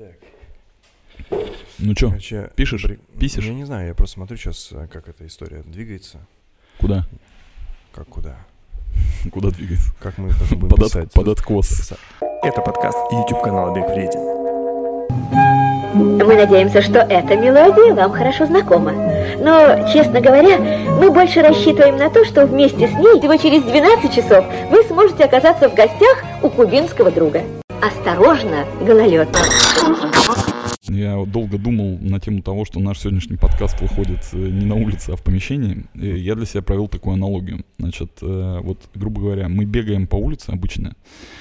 Так. Ну чё, пишешь? Писишь? Я не знаю, я просто смотрю сейчас, как эта история двигается. Куда? Как куда? Куда двигается? Как мы будем писать? Под откос. Это подкаст YouTube-канала Бег Вреден. Мы надеемся, что эта мелодия вам хорошо знакома. Но, честно говоря, мы больше рассчитываем на то, что вместе с ней всего через 12 часов вы сможете оказаться в гостях у кубинского друга. Осторожно, гололед. Я долго думал на тему того, что наш сегодняшний подкаст выходит не на улице, а в помещении. И я для себя провел такую аналогию. Значит, вот, грубо говоря, мы бегаем по улице обычно.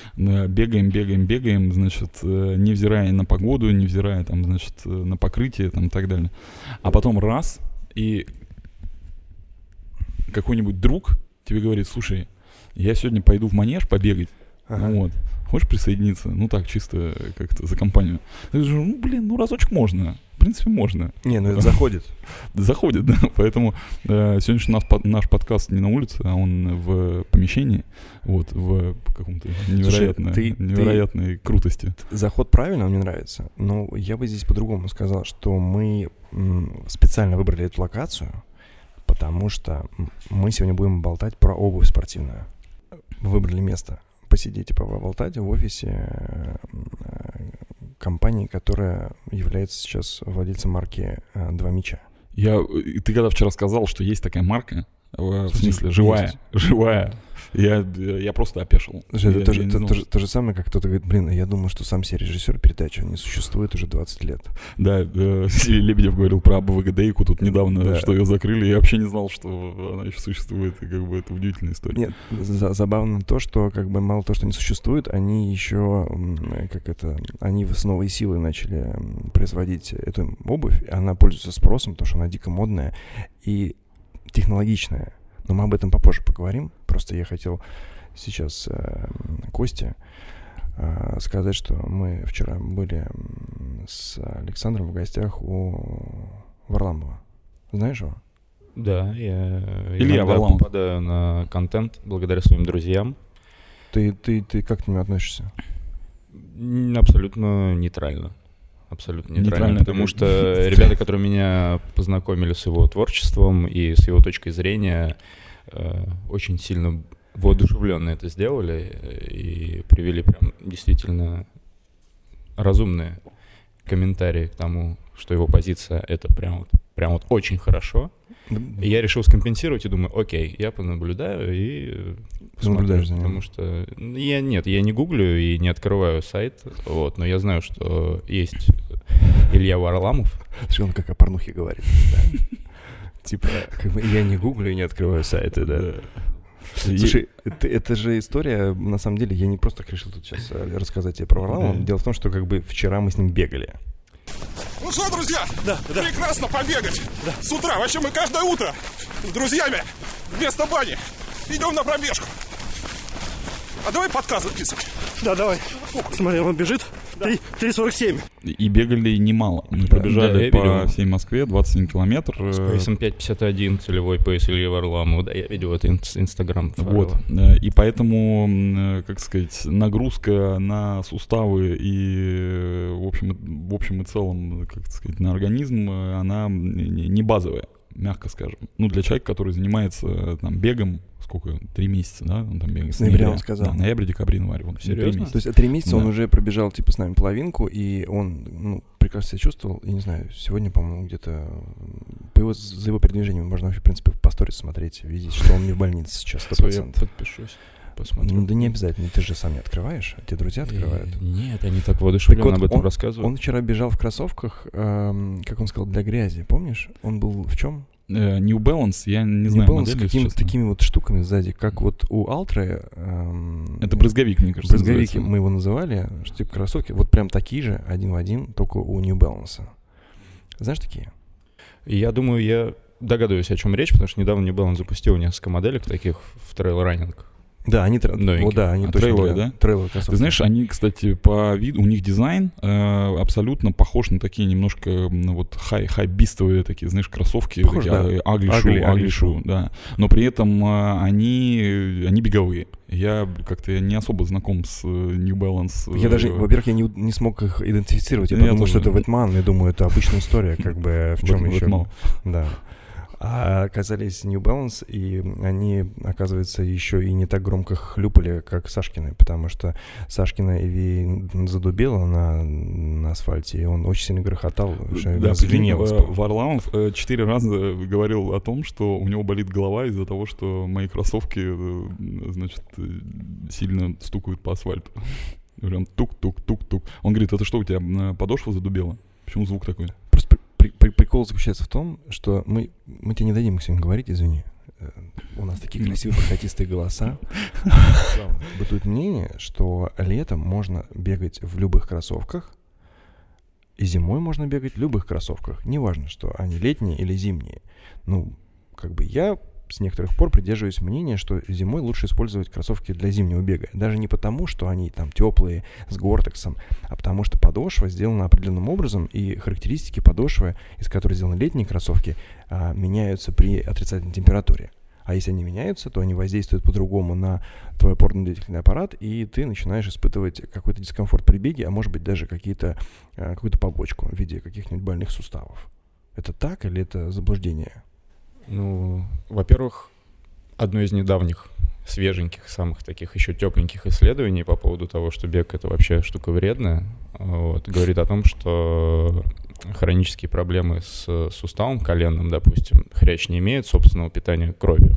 Бегаем, значит, невзирая на погоду, невзирая, там, значит, на покрытие, там, и так далее. А потом раз, и какой-нибудь друг тебе говорит: слушай, я сегодня пойду в манеж побегать. Ага. Вот. Хочешь присоединиться? Ну так, чисто как-то за компанию. Я говорю, разочек можно. В принципе, можно. Не, ну это заходит. Заходит, да. Поэтому сегодняшний наш подкаст не на улице, а он в помещении. Вот, в каком-то невероятной крутости. Заход правильно, мне нравится. Но я бы здесь по-другому сказал, что мы специально выбрали эту локацию, потому что мы сегодня будем болтать про обувь спортивную. Выбрали место посидеть и поболтать в офисе компании, которая является сейчас владельцем марки «Два мяча». Ты когда вчера сказал, что есть такая марка, в смысле, живая, я просто опешил. Это то же самое, как кто-то говорит: я думаю, что сам себе режиссер передачи, он не существует уже 20 лет. Да, Сергей Лебедев говорил про АБВГДейку тут недавно, да. Что ее закрыли. Я вообще не знал, что она еще существует, и как бы это удивительная история. Нет, забавно то, что как бы мало того, что не существует, они еще, они с новой силой начали производить эту обувь. Она пользуется спросом, потому что она дико модная и технологичная. Но мы об этом попозже поговорим. Просто я хотел сейчас Косте сказать, что мы вчера были с Александром в гостях у Варламова. Знаешь его? Да, я иногда попадаю на контент благодаря своим друзьям. Ты как к нему относишься? Абсолютно нейтрально. Абсолютно нейтрально, потому что ребята, которые меня познакомили с его творчеством и с его точкой зрения, очень сильно воодушевленно это сделали и привели прям действительно разумные комментарии к тому, что его позиция — это прям вот очень хорошо. И я решил скомпенсировать и думаю: окей, я понаблюдаю и посмотрю, потому что я не гуглю и не открываю сайт, вот, но я знаю, что есть Илья Варламов. Что он как о порнухе говорит, да? Типа, я не гуглю и не открываю сайты, да. Слушай, это же история, на самом деле, я не просто решил тут сейчас рассказать тебе про Варламова. Дело в том, что как бы вчера мы с ним бегали. Ну что, друзья, прекрасно побегать. С утра, вообще мы каждое утро с друзьями вместо бани идем на пробежку. А давай подкаст записывать. Да, давай. Смотри, он бежит. 3:47. И бегали немало. Мы пробежали по всей Москве 21 километр. С поясом 5:51, целевой пояс Ильи Варламова. Да, я видел это Инстаграм. Вот. И поэтому, как сказать, нагрузка на суставы и в общем и целом, как сказать, на организм, она не базовая, мягко скажем. Ну, для человека, который занимается там бегом, сколько? 3 месяца, да? Он там бегает. С ноября, он сказал. Да, ноябрь, декабрь, январь. Серьезно? То есть 3 месяца он уже пробежал, типа, с нами половинку, и он, прекрасно себя чувствовал. Я не знаю, сегодня, по-моему, где-то за его передвижением можно вообще, в принципе, по сторис смотреть, видеть, что он не в больнице сейчас, 100%. Я подпишусь. Посмотрю. Да не обязательно, ты же сам не открываешь, а тебе друзья открывают. Нет, они так воодушевленно об этом рассказывают. Он вчера бежал в кроссовках, как он сказал, для грязи, помнишь? Он был в чем? New Balance, я не знаю модели, с какими-то такими вот штуками сзади, как вот у Altra. Это брызговик, мне кажется. Брызговики мы его называли, что типа кроссовки, вот прям такие же, один в один, только у New Balance. Знаешь такие? Я думаю, я догадываюсь, о чем речь, потому что недавно New Balance запустил несколько моделек таких в трейл-раннинг. Да, они Трейловые, да? Трейловые кроссовки. Ты знаешь, они, кстати, по виду, у них дизайн абсолютно похож на такие немножко вот хайбистовые такие, знаешь, кроссовки. Похож, да. Аглишу, да. Но при этом они беговые. Я как-то не особо знаком с New Balance. Я даже, во-первых, я не смог их идентифицировать. Я подумал, что это Вэтман. Я думаю, это обычная история, как бы в чем еще. Да. А оказались New Balance, и они, оказывается, еще и не так громко хлюпали, как Сашкины, потому что Сашкина EVA задубела на асфальте, и он очень сильно грохотал, да, звенел. Варламов 4 раза говорил о том, что у него болит голова из-за того, что мои кроссовки, значит, сильно стукают по асфальту. Прям тук-тук-тук-тук. Он говорит, это что, у тебя подошва задубела? Почему звук такой? Просто прикол заключается в том, что мы тебе не дадим сегодня говорить, извини. У нас такие красивые бархатистые голоса. Бытует мнение, что летом можно бегать в любых кроссовках, и зимой можно бегать в любых кроссовках. Неважно, что они летние или зимние. Ну, как бы я с некоторых пор придерживаюсь мнения, что зимой лучше использовать кроссовки для зимнего бега. Даже не потому, что они там теплые, с гортексом, а потому что подошва сделана определенным образом, и характеристики подошвы, из которой сделаны летние кроссовки, меняются при отрицательной температуре. А если они меняются, то они воздействуют по-другому на твой опорно-двигательный аппарат, и ты начинаешь испытывать какой-то дискомфорт при беге, а может быть даже какую-то побочку в виде каких-нибудь больных суставов. Это так или это заблуждение? Ну, во-первых, одно из недавних, свеженьких, самых таких еще тепленьких исследований по поводу того, что бег — это вообще штука вредная, говорит о том, что хронические проблемы с суставом коленным, допустим, хрящ не имеет собственного питания кровью,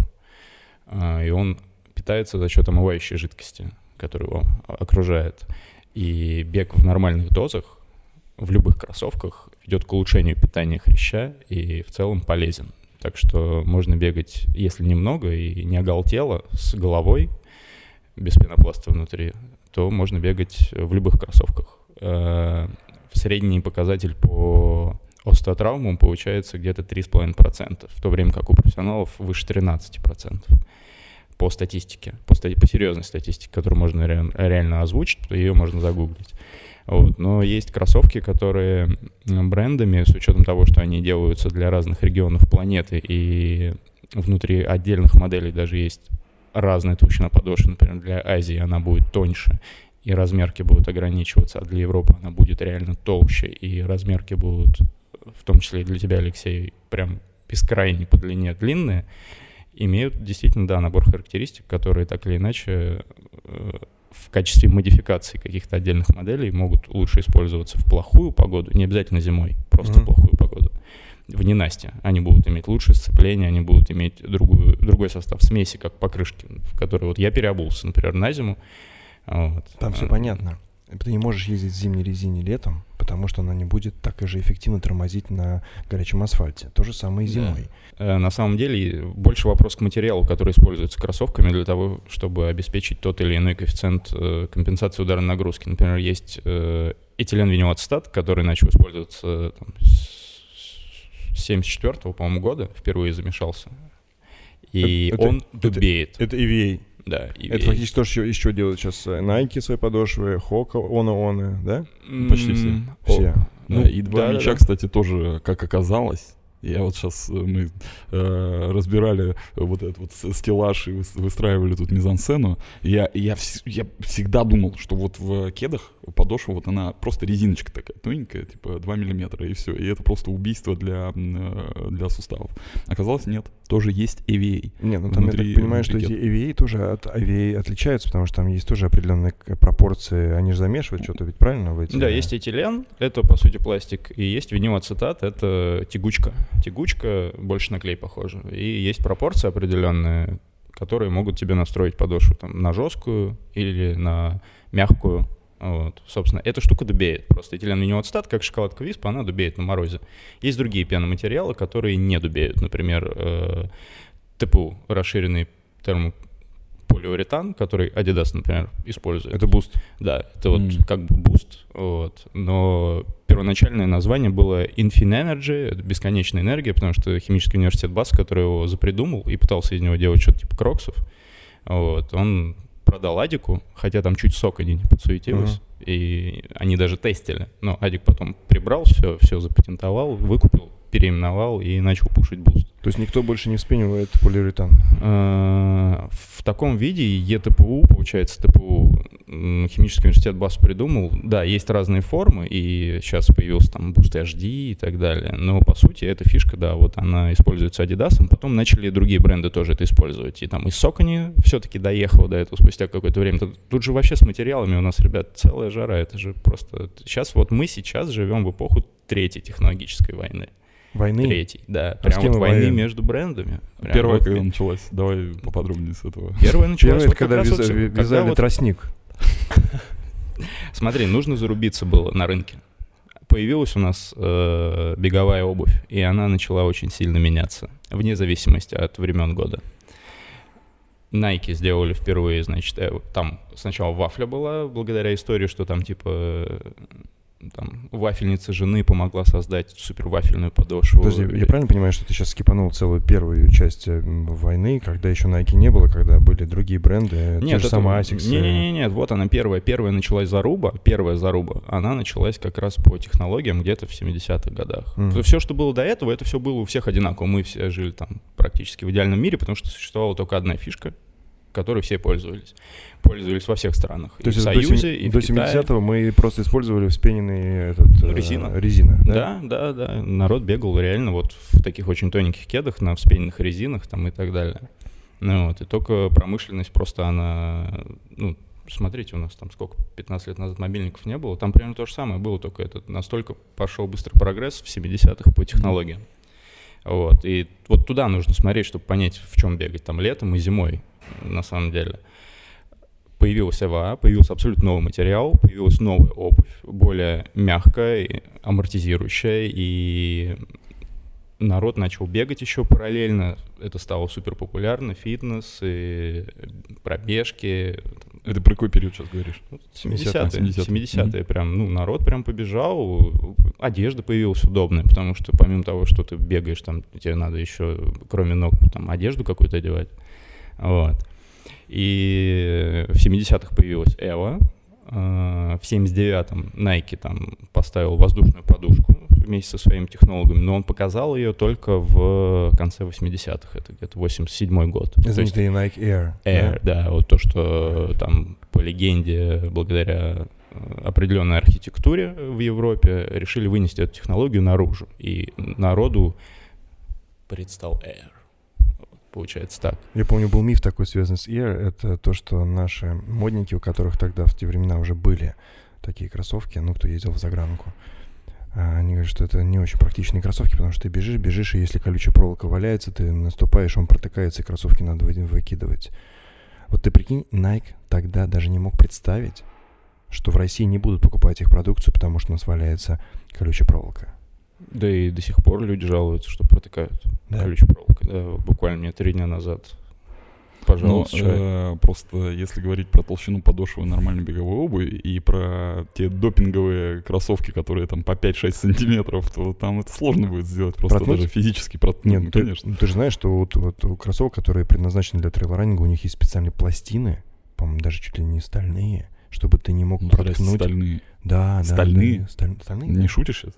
и он питается за счет омывающей жидкости, которая его окружает. И бег в нормальных дозах, в любых кроссовках, ведет к улучшению питания хряща и в целом полезен. Так что можно бегать, если немного и не оголтело, с головой, без пенопласта внутри, то можно бегать в любых кроссовках. Средний показатель по остеотравмам получается где-то 3,5%, в то время как у профессионалов выше 13%. По статистике, по серьезной статистике, которую можно реально озвучить, ее можно загуглить. Вот. Но есть кроссовки, которые брендами, с учетом того, что они делаются для разных регионов планеты, и внутри отдельных моделей даже есть разная толщина подошвы. Например, для Азии она будет тоньше, и размерки будут ограничиваться, а для Европы она будет реально толще, и размерки будут, в том числе и для тебя, Алексей, прям бескрайне по длине длинные, имеют действительно, да, набор характеристик, которые так или иначе в качестве модификации каких-то отдельных моделей могут лучше использоваться в плохую погоду, не обязательно зимой, просто в плохую погоду. В ненастье они будут иметь лучшее сцепление, они будут иметь другой состав смеси, как покрышки, в которой вот я переобулся, например, на зиму. Вот. Там все понятно. Ты не можешь ездить в зимней резине летом, потому что она не будет так же эффективно тормозить на горячем асфальте. То же самое и зимой. Да. На самом деле больше вопрос к материалу, который используется кроссовками для того, чтобы обеспечить тот или иной коэффициент компенсации ударной нагрузки. Например, есть этиленвинилацетат, который начал использоваться там, с 1974, по-моему, года, впервые замешался. И он дубеет. Это EVA. Да, EVA. Это фактически то, что еще делают сейчас Nike свои подошвы, Hoka, Ono, да? Почти все. Все. Да, и два мяча, кстати, тоже, как оказалось. Я вот сейчас, мы разбирали вот этот вот стеллаж и выстраивали тут мизансцену. Я всегда думал, что вот в кедах подошва, вот она просто резиночка такая тоненькая, типа 2 миллиметра, и все. И это просто убийство для суставов. Оказалось, нет. Тоже есть EVA. Не, ну там я так понимаю, что эти EVA тоже от EVA отличаются, потому что там есть тоже определенные пропорции. Они же замешивают что-то, ведь правильно? В эти... Да, есть этилен, это по сути пластик, и есть винилацетат, это тягучка. Тягучка больше на клей похожа. И есть пропорции определенные, которые могут тебе настроить подошву там, на жесткую или на мягкую. Вот. Собственно, эта штука дубеет. Просто этиленвинилацетат, как шоколадка Виспа, она дубеет на морозе. Есть другие пеноматериалы, которые не дубеют. Например, ТПУ, расширенный термополиуретан, который Adidas, например, использует. Это буст. Да, это вот как бы буст. Вот. Но первоначальное название было Infinite Energy, это бесконечная энергия, потому что химический университет Баск, который его запридумал и пытался из него делать что-то типа кроксов, Вот, он продал Адику, хотя там чуть Socony не подсуетилось, и они даже тестили. Но Адик потом прибрал все запатентовал, выкупил, переименовал и начал пушить буст. То есть никто больше не вспенивает полиуретан? В таком виде ЕТПУ, получается, ТПУ, химический университет БАС придумал. Да, есть разные формы, и сейчас появился там Boost HD и так далее. Но, по сути, эта фишка, да, вот она используется Adidas, потом начали другие бренды тоже это использовать. И там и Socony все-таки доехал до этого спустя какое-то время. Тут же вообще с материалами у нас, ребят, целая жара. Это же просто... Мы сейчас живем в эпоху третьей технологической войны. Войны? Третий, да. Прям вот войны между брендами. Первая, вот, когда началась? Давай поподробнее с этого. Первая началась, вот когда вязали тростник. Смотри, нужно зарубиться было на рынке. Появилась у нас беговая обувь, и она начала очень сильно меняться, вне зависимости от времен года. Nike сделали впервые, значит, там сначала вафля была, благодаря истории, что там типа... Там вафельница жены помогла создать супервафельную подошву. Подожди, я правильно понимаю, что ты сейчас скипанул целую первую часть войны, когда еще Nike не было, когда были другие бренды, те же самые Asics? Нет, вот она первая. Первая началась первая заруба, она началась как раз по технологиям где-то в 70-х годах. Все, что было до этого, это все было у всех одинаково. Мы все жили там практически в идеальном мире, потому что существовала только одна фишка, которой все пользовались. Пользовались во всех странах. То и есть в Союзе, и в Китае. До 70-го мы просто использовали вспененный резина. Да? Да. Народ бегал реально вот в таких очень тоненьких кедах, на вспененных резинах там и так далее. Ну, вот. И только промышленность просто она... Ну, смотрите, у нас там сколько, 15 лет назад мобильников не было. Там примерно то же самое было, только это настолько пошел быстрый прогресс в 70-х по технологиям. Вот. И вот туда нужно смотреть, чтобы понять, в чем бегать там летом и зимой. На самом деле. Появилась ЭВА, появился абсолютно новый материал, появилась новая обувь, более мягкая, амортизирующая, и народ начал бегать еще параллельно. Это стало супер популярно, фитнес, и пробежки. Это про какой период сейчас говоришь? 70-е прям, народ прям побежал, одежда появилась удобная, потому что помимо того, что ты бегаешь, там тебе надо еще, кроме ног, там одежду какую-то одевать. Вот. И в 70-х появилась Эва, в 79-м Nike там поставил воздушную подушку вместе со своими технологами, но он показал ее только в конце 80-х, это где-то 87-й год. Знаменитый Nike Air. Air, да, вот то, что там по легенде, благодаря определенной архитектуре в Европе решили вынести эту технологию наружу, и народу предстал Air. Получается так. Я помню, был миф такой, связанный с Air, это то, что наши модники, у которых тогда в те времена уже были такие кроссовки, кто ездил в загранку, они говорят, что это не очень практичные кроссовки, потому что ты бежишь, и если колючая проволока валяется, ты наступаешь, он протыкается, и кроссовки надо выкидывать. Вот ты прикинь, Nike тогда даже не мог представить, что в России не будут покупать их продукцию, потому что у нас валяется колючая проволока. Да и до сих пор люди жалуются, что протыкают колючей проволокой. Да, буквально мне 3 дня назад пожаловался человек. Просто если говорить про толщину подошвы нормальной беговой обуви и про те допинговые кроссовки, которые там по 5-6 сантиметров, то там это сложно будет сделать, просто проткнуть? Даже физически проткнуть. Нет, конечно. Ты же знаешь, что вот у кроссовок, которые предназначены для трейл-раннинга, у них есть специальные пластины, по-моему, даже чуть ли не стальные, чтобы ты не мог проткнуть. Стальные? Да. Стальные? Стальные? Не шутишь сейчас?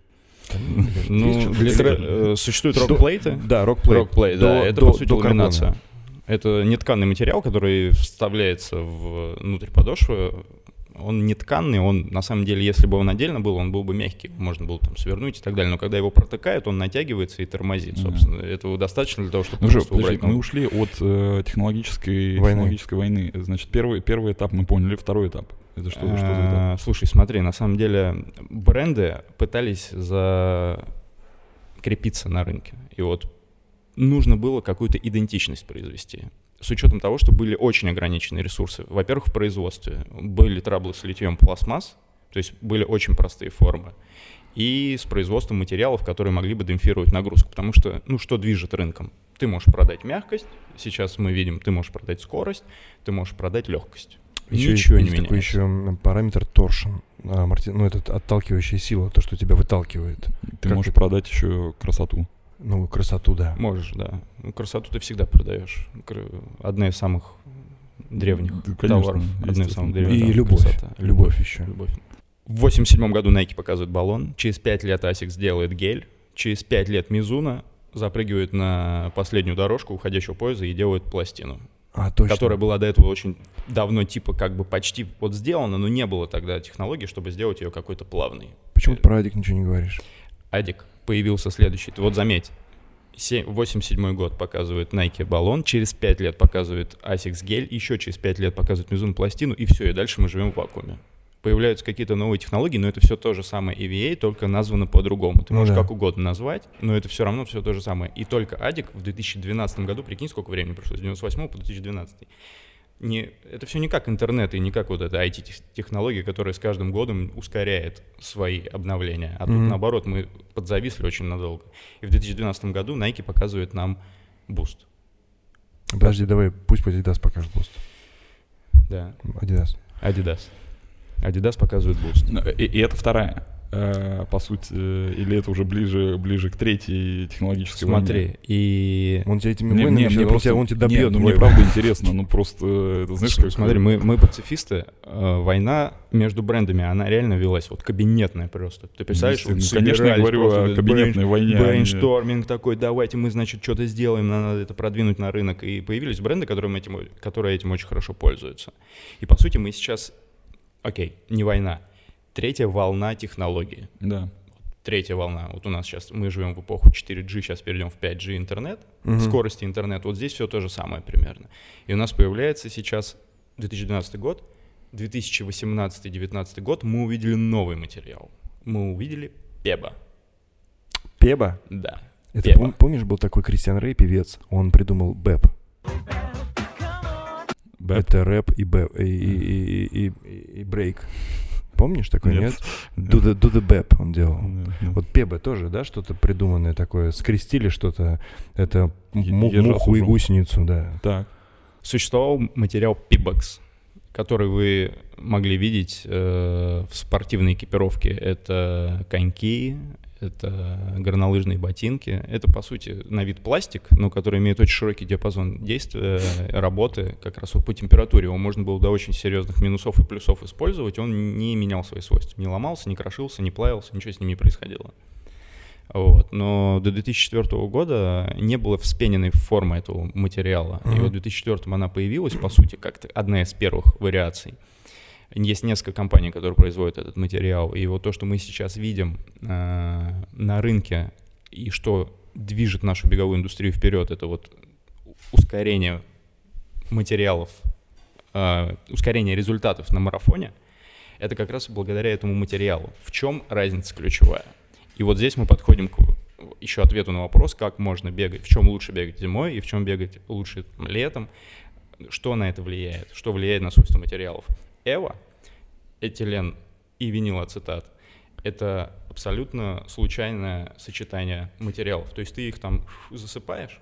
Существуют рок-плейты. Да, рок-плейт. Да, это по сути ламинация. Это нетканный материал, который вставляется внутрь подошвы. Он не тканный, он на самом деле, если бы он отдельно был, он был бы мягкий, можно было там свернуть и так далее. Но когда его протыкают, он натягивается и тормозит, собственно. Этого достаточно для того, чтобы просто убрать. Мы ушли от технологической войны. Значит, первый этап мы поняли, второй этап. Это что за этап? Слушай, смотри, на самом деле бренды пытались закрепиться на рынке. И вот нужно было какую-то идентичность произвести. С учетом того, что были очень ограниченные ресурсы. Во-первых, в производстве были траблы с литьем пластмасс, то есть были очень простые формы, и с производством материалов, которые могли бы демпфировать нагрузку. Потому что, что движет рынком? Ты можешь продать мягкость, сейчас мы видим, ты можешь продать скорость, ты можешь продать легкость. Ничего не меняется. Такой еще параметр торшн, это отталкивающая сила, то, что тебя выталкивает. Ты можешь продать еще красоту. Красоту, да. Можешь, да. Красоту ты всегда продаешь. Одна из самых древних конечно, товаров. Одно из самых древних. И любовь. Любовь еще. Любовь. В 87 году Nike показывает баллон, через 5 лет Asics делает гель, через 5 лет Mizuno запрыгивает на последнюю дорожку уходящего поезда и делает пластину. Точно. Которая была до этого очень давно типа как бы почти вот сделана, но не было тогда технологии, чтобы сделать ее какой-то плавной. Почему ты про Адик ничего не говоришь? Адик появился следующий. Ты вот заметь, 87 год показывает Nike баллон, через 5 лет показывает Asics гель, еще через 5 лет показывает Mizuno пластину, и все, и дальше мы живем в вакууме. Появляются какие-то новые технологии, но это все то же самое EVA, только названо по-другому. Ты можешь как угодно назвать, но это все равно все то же самое. И только Адик в 2012 году, прикинь, сколько времени прошло, с 98 по 2012. Это все не как интернет и не как вот эта IT-технология, которая с каждым годом ускоряет свои обновления. А тут, наоборот, мы подзависли очень надолго. И в 2012 году Nike показывает нам Boost. Подожди, давай, пусть Adidas покажет Boost. Да. Adidas показывает Boost. И это вторая, по сути, или это уже ближе к третьей технологической войне? Смотри, и... Он тебя этими войнами, он тебя добьет. Мне правда интересно, просто, это, знаешь, как... Смотри, мы пацифисты, война между брендами, она реально велась, вот кабинетная просто. Ты представляешь, вот конечно, я говорю о кабинетной войне. Брейншторминг такой, давайте мы, значит, что-то сделаем, надо это продвинуть на рынок. И появились бренды, которые этим очень хорошо пользуются. И, по сути, мы сейчас... Окей, не война. Третья волна технологий. Да. Третья волна. Вот у нас сейчас, мы живем в эпоху 4G, сейчас перейдем в 5G интернет, скорости интернета. Вот здесь все то же самое примерно. И у нас появляется сейчас 2012 год, 2018-2019 год, мы увидели новый материал. Мы увидели Пеба. Пеба? Да. Это, помнишь, был такой Кристиан Рэй, певец, он придумал БЭП. Это рэп и брейк. Помнишь такой, нет? Do the bap он делал. Вот Пеба тоже, да, что-то придуманное такое. Скрестили что-то, это муху и гусеницу, да. Так. Существовал материал Pibox, который вы могли видеть в спортивной экипировке. Это коньки, это горнолыжные ботинки. Это, по сути, на вид пластик, но который имеет очень широкий диапазон действия, работы. Как раз вот по температуре его можно было до очень серьезных минусов и плюсов использовать. Он не менял свои свойства. Не ломался, не крошился, не плавился, ничего с ним не происходило. Вот. Но до 2004 года не было вспененной формы этого материала. И вот в 2004 она появилась, по сути, как одна из первых вариаций. Есть несколько компаний, которые производят этот материал. И вот то, что мы сейчас видим на рынке и что движет нашу беговую индустрию вперед, это вот ускорение материалов, ускорение результатов на марафоне, это как раз благодаря этому материалу. В чем разница ключевая? И вот здесь мы подходим к еще ответу на вопрос, как можно бегать, в чем лучше бегать зимой и в чем бегать лучше летом, что на это влияет, что влияет на свойства материалов. Эва, этилен и винилацетат – это абсолютно случайное сочетание материалов. То есть ты их там засыпаешь,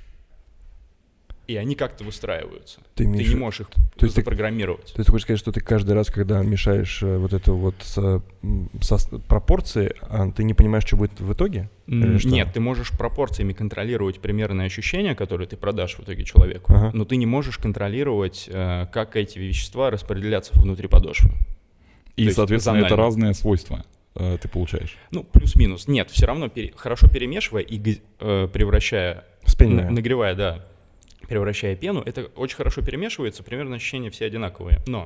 и они как-то выстраиваются. Ты не можешь их запрограммировать. То есть ты хочешь сказать, что ты каждый раз, когда мешаешь вот это вот пропорции, ты не понимаешь, что будет в итоге? Нет, ты можешь пропорциями контролировать примерные ощущения, которые ты продашь в итоге человеку, но ты не можешь контролировать, как эти вещества распределятся внутри подошвы. И, соответственно, это разные свойства ты получаешь. Ну, плюс-минус. Нет, все равно хорошо перемешивая и превращая, нагревая, да, превращая пену, это очень хорошо перемешивается, примерно ощущения все одинаковые. Но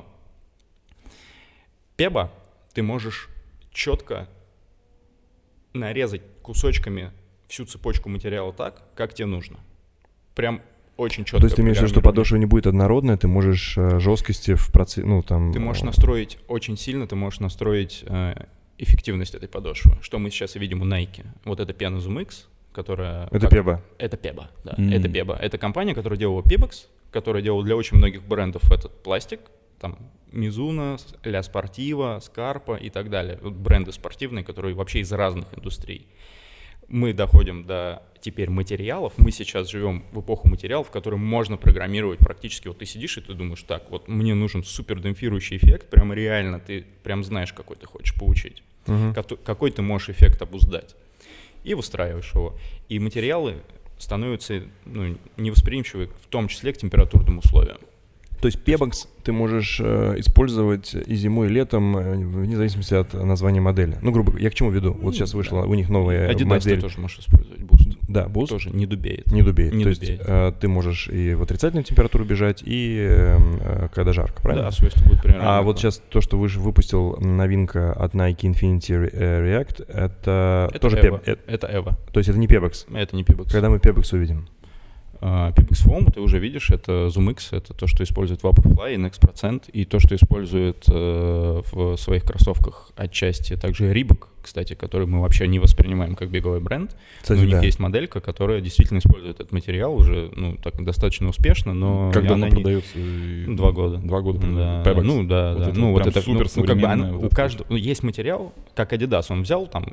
Пеба ты можешь четко нарезать кусочками всю цепочку материала так, как тебе нужно. Прям очень четко. То есть ты имеешь в виду, что подошва не будет однородная, ты можешь жесткости в процессе, Ты можешь настроить очень сильно, ты можешь настроить эффективность этой подошвы, что мы сейчас и видим у Nike. Вот это пена Zoom X, которая... Это Пеба? Это Пеба, да, это Пеба. Это компания, которая делала Pibox, которая делала для очень многих брендов этот пластик, там Mizuno, Ля Спортива, Scarpa и так далее. Вот бренды спортивные, которые вообще из разных индустрий. Мы доходим до теперь материалов. Мы сейчас живем в эпоху материалов, в которой можно программировать практически. Вот ты сидишь и ты думаешь, так, вот мне нужен супердемпфирующий эффект, прям реально, ты прям знаешь, какой ты хочешь получить, какой ты можешь эффект обуздать. И выстраиваешь его. И материалы становятся невосприимчивы, в том числе к температурным условиям. То есть Pebax ты можешь использовать и зимой, и летом, вне зависимости от названия модели. Ну, грубо говоря, я к чему веду? Вот сейчас вышла у них новая Adidas модель. ты тоже можешь использовать, Boost. Да, Boost. Тоже не дубеет. Не дубеет. Не То дубеет. есть ты можешь и в отрицательную температуру бежать, и когда жарко, правильно? Да, свойства будут примерно. А вот сейчас то, что выпустил новинка от Nike Infinity React, это тоже Evo. Это Evo. То есть это не Pebax. Это не Pebax. Когда мы Pebax увидим? Pebax Foam ты уже видишь, это ZoomX, это то, что использует Vaporfly и Next%, и то, что использует в своих кроссовках отчасти также Reebok, кстати, который мы вообще не воспринимаем как беговой бренд. Кстати, но у них есть моделька, которая действительно использует этот материал уже, ну, так достаточно успешно, но... Как давно продается? 2 года. 2 года. Да. Pebax. Ну, да, вот да. Это ну, вот это супер современное. у каждого есть материал, как Adidas, он взял там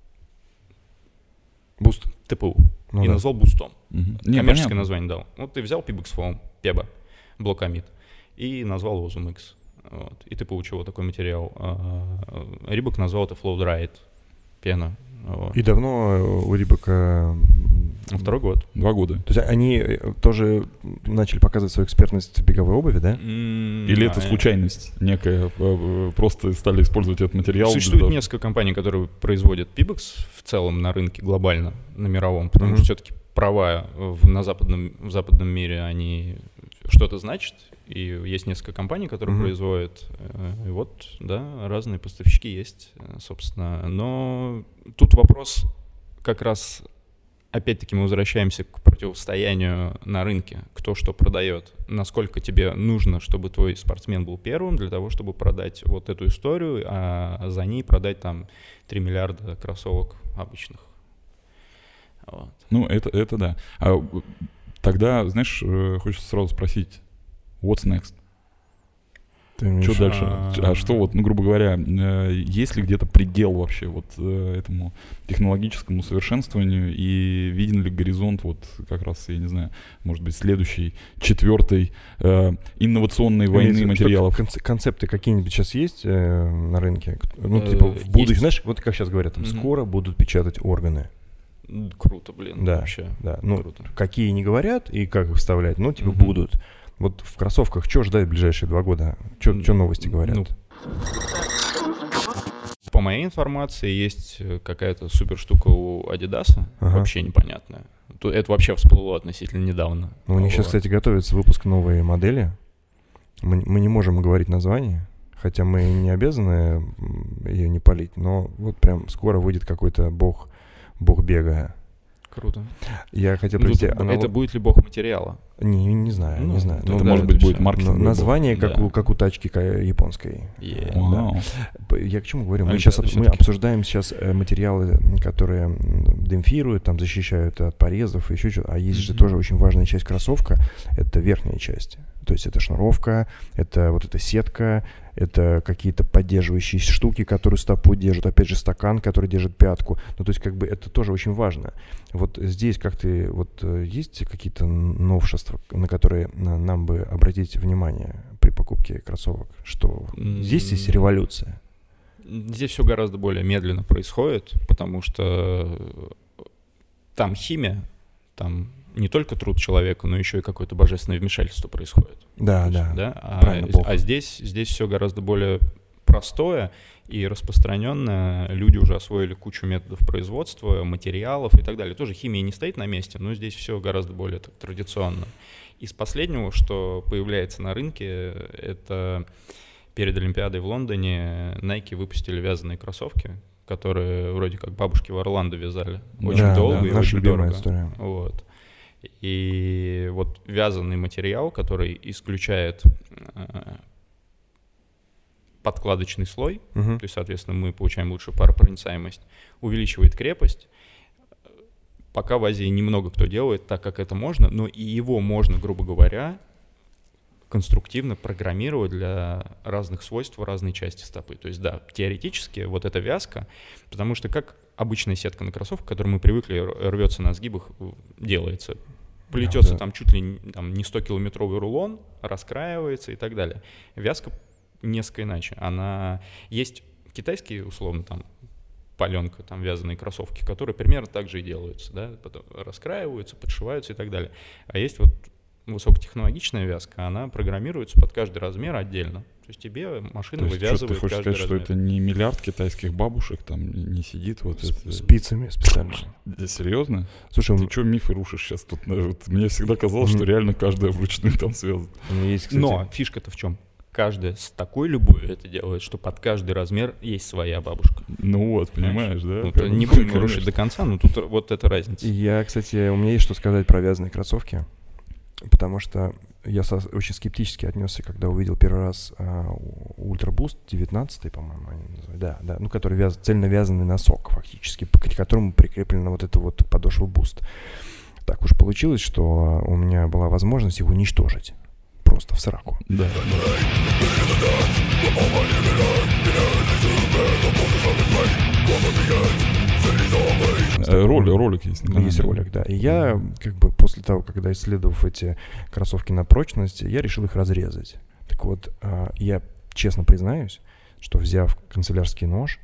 Boost. ТПУ Ну, и да. назвал бустом. Не, Коммерческое понятно. название дал. Вот ты взял Pebax Foam, Peba, блокамид, и назвал его ZoomX. Вот. И ты получил вот такой материал. Reebok назвал это Flow Dried, пена. Вот. И давно у Reebok... 2 год. 2 года. То есть они тоже начали показывать свою экспертность в беговой обуви, да? Или это случайность некая? Просто стали использовать этот материал? Существует несколько компаний, которые производят Pebax в целом на рынке глобально, на мировом, потому что все-таки права в западном мире, они что-то значат, и есть несколько компаний, которые производят, и вот, да, разные поставщики есть, собственно. Но тут вопрос как раз, опять-таки мы возвращаемся к противостоянию на рынке, кто что продает, насколько тебе нужно, чтобы твой спортсмен был первым для того, чтобы продать вот эту историю, а за ней продать там 3 миллиарда кроссовок обычных. Вот. Ну, это да. А тогда, знаешь, хочется сразу спросить, what's next? Что дальше? А что вот, ну, грубо говоря, есть ли где-то предел вообще вот этому технологическому совершенствованию, и виден ли горизонт вот как раз, я не знаю, может быть, следующей, 4-й инновационной войны материалов? Концепты какие-нибудь сейчас есть на рынке? Ну, типа в будущем, знаешь, вот как сейчас говорят, там, скоро будут печатать органы. Круто, блин, да, вообще. Да, ну, круто. Какие не говорят и как их вставлять, ну, типа будут. Вот в кроссовках что ждать в ближайшие 2 года? Что новости говорят? Ну, по моей информации, есть какая-то супер штука у Adidas, вообще непонятная. Это вообще всплыло относительно недавно. Ну, у них сейчас, кстати, готовится выпуск новой модели. Мы не можем говорить название, хотя мы не обязаны ее не палить, но вот прям скоро выйдет какой-то бог бега. Круто. Я хотел привести это будет ли бог материала? Не знаю, не знаю. Это, может быть, будет маркетинг. Название, как у тачки японской. Да. Я к чему говорю? Мы обсуждаем сейчас материалы, которые демпфируют, там, защищают от порезов, еще что-то. А есть же тоже очень важная часть кроссовка, это верхняя часть. То есть это шнуровка, это вот эта сетка, это какие-то поддерживающие штуки, которые стопу держат, опять же стакан, который держит пятку. Ну, то есть как бы это тоже очень важно. Вот здесь как ты, вот есть какие-то новшества, на которые нам бы обратить внимание при покупке кроссовок? Что здесь есть революция? Здесь все гораздо более медленно происходит, потому что там химия, там не только труд человека, но еще и какое-то божественное вмешательство происходит. Да. А здесь все гораздо более простое и распространенное. Люди уже освоили кучу методов производства, материалов и так далее. Тоже химия не стоит на месте, но здесь все гораздо более традиционно. Из последнего, что появляется на рынке, это перед Олимпиадой в Лондоне Nike выпустили вязаные кроссовки, которые вроде как бабушки в Орландо вязали. Очень долго и очень дорого. История. Вот. И вот вязаный материал, который исключает подкладочный слой, то есть, соответственно, мы получаем лучшую паропроницаемость, увеличивает крепость. Пока в Азии немного кто делает так, как это можно, но и его можно, грубо говоря, конструктивно программировать для разных свойств в разной части стопы. То есть, да, теоретически вот эта вязка, потому что как обычная сетка на кроссовках, к которой мы привыкли, рвется на сгибах, делается. Плетется там чуть ли не 100-километровый рулон, раскраивается и так далее. Вязка несколько иначе. Она есть китайские, условно, там, паленка, там, вязаные кроссовки, которые примерно так же и делаются, да, потом раскраиваются, подшиваются и так далее. А есть вот высокотехнологичная вязка, она программируется под каждый размер отдельно. То есть тебе машина вывязывает ты хочешь сказать, размер. что это не миллиард китайских бабушек там не сидит вот спицами специально. Серьезно? Слушай, ты что мифы рушишь сейчас тут? Вот, мне всегда казалось, что реально каждая вручную там связана. Но фишка-то в чем? Каждая с такой любовью это делает, что под каждый размер есть своя бабушка. Ну вот, понимаешь, да? Ну, не будем рушить до конца, но тут вот эта разница. Кстати, у меня есть что сказать про вязаные кроссовки, потому что я очень скептически отнесся, когда увидел первый раз Ультра Буст 19, по-моему, они называют. Да, ну, который цельно вязаный носок, фактически, к которому прикреплена вот эта вот подошва Буст. Так уж получилось, что у меня была возможность его уничтожить. Просто в сраку. Да. Ролик есть. Есть ролик, да. И я, как бы, после того, когда исследовав эти кроссовки на прочность, я решил их разрезать. Так вот, я честно признаюсь, что взяв канцелярский нож,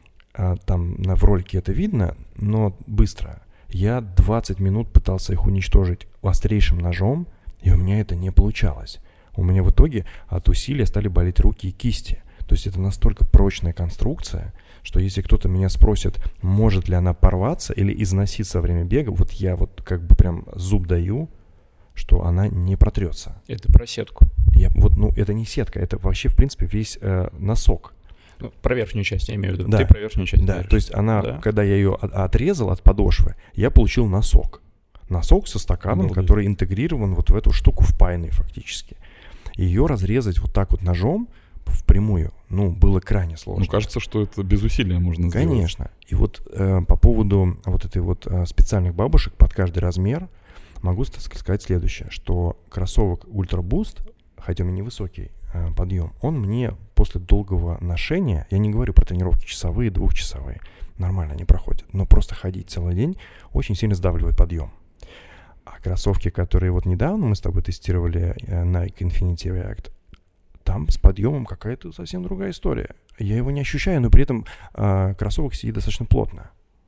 там в ролике это видно, но быстро. Я 20 минут пытался их уничтожить острейшим ножом, и у меня это не получалось. У меня в итоге от усилия стали болеть руки и кисти. То есть это настолько прочная конструкция, что если кто-то меня спросит, может ли она порваться или износиться во время бега, вот я вот как бы прям зуб даю, что она не протрется. Это про сетку. Это не сетка, это вообще, в принципе, весь носок. Ну, про верхнюю часть я имею в виду. Да. Ты про верхнюю часть. Да, то есть она, когда я ее отрезал от подошвы, я получил носок. Носок со стаканом, который интегрирован вот в эту штуку впаянный фактически. Ее разрезать вот так вот ножом впрямую, было крайне сложно. Кажется, что это без усилия можно сделать. Конечно. И вот по поводу вот этой вот специальных бабушек под каждый размер могу сказать следующее, что кроссовок Ultra Boost, хотя у меня невысокий подъем, он мне после долгого ношения, я не говорю про тренировки часовые, двухчасовые, нормально они проходят, но просто ходить целый день очень сильно сдавливает подъем. А кроссовки, которые вот недавно мы с тобой тестировали, Nike Infinity React, там с подъемом какая-то совсем другая история. Я его не ощущаю, но при этом кроссовок сидит достаточно плотно.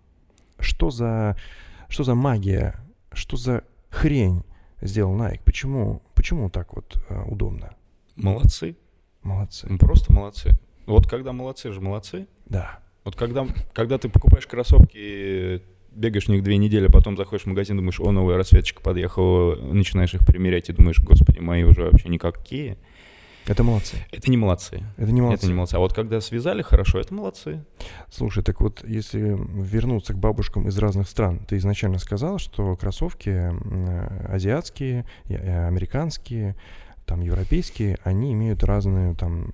Что за магия, что за хрень сделал Nike? Почему так вот удобно? Молодцы. Просто молодцы. Вот когда молодцы же молодцы. Да. Вот когда ты покупаешь кроссовки, бегаешь в них 2 недели, потом заходишь в магазин, думаешь, новая расцветочка подъехала, начинаешь их примерять и думаешь, господи, мои уже вообще никакие. Это молодцы. Это не молодцы. Это не молодцы. А вот когда связали хорошо, это молодцы. Слушай, так вот, если вернуться к бабушкам из разных стран, ты изначально сказал, что кроссовки азиатские, американские, там, европейские, они имеют разную там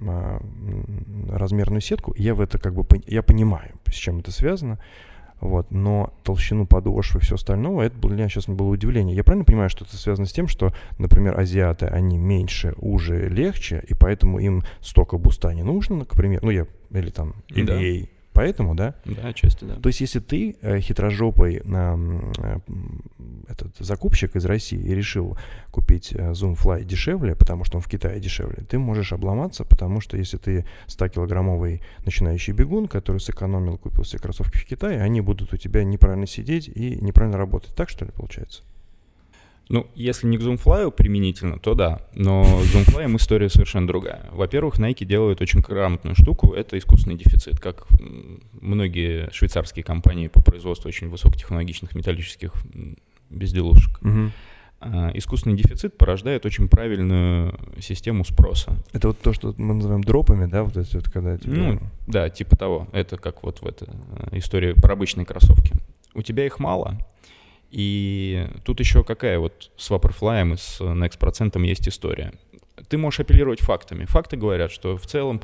размерную сетку. Я в это я понимаю, с чем это связано. Вот, но толщину подошвы и все остальное, это для меня сейчас было удивление. Я правильно понимаю, что это связано с тем, что, например, азиаты, они меньше, уже, легче, и поэтому им столько буста не нужно, например, или там NBA, поэтому, да? Да, отчасти, да. То есть, если ты хитрожопый закупщик из России и решил купить Zoomfly дешевле, потому что он в Китае дешевле, ты можешь обломаться, потому что если ты 100-килограммовый начинающий бегун, который сэкономил, купил себе кроссовки в Китае, они будут у тебя неправильно сидеть и неправильно работать. Так, что ли, получается? Если не к Zoomfly применительно, то да. Но с Zoomfly история совершенно другая. Во-первых, Nike делают очень грамотную штуку. Это искусственный дефицит. Как многие швейцарские компании по производству очень высокотехнологичных металлических безделушек. Искусственный дефицит порождает очень правильную систему спроса. Это вот то, что мы называем дропами, да? Вот это вот когда... Да, типа того. Это как вот в этой истории про обычные кроссовки. У тебя их мало. И тут еще какая вот с Vaporfly и с Next% есть история. Ты можешь апеллировать фактами. Факты говорят, что в целом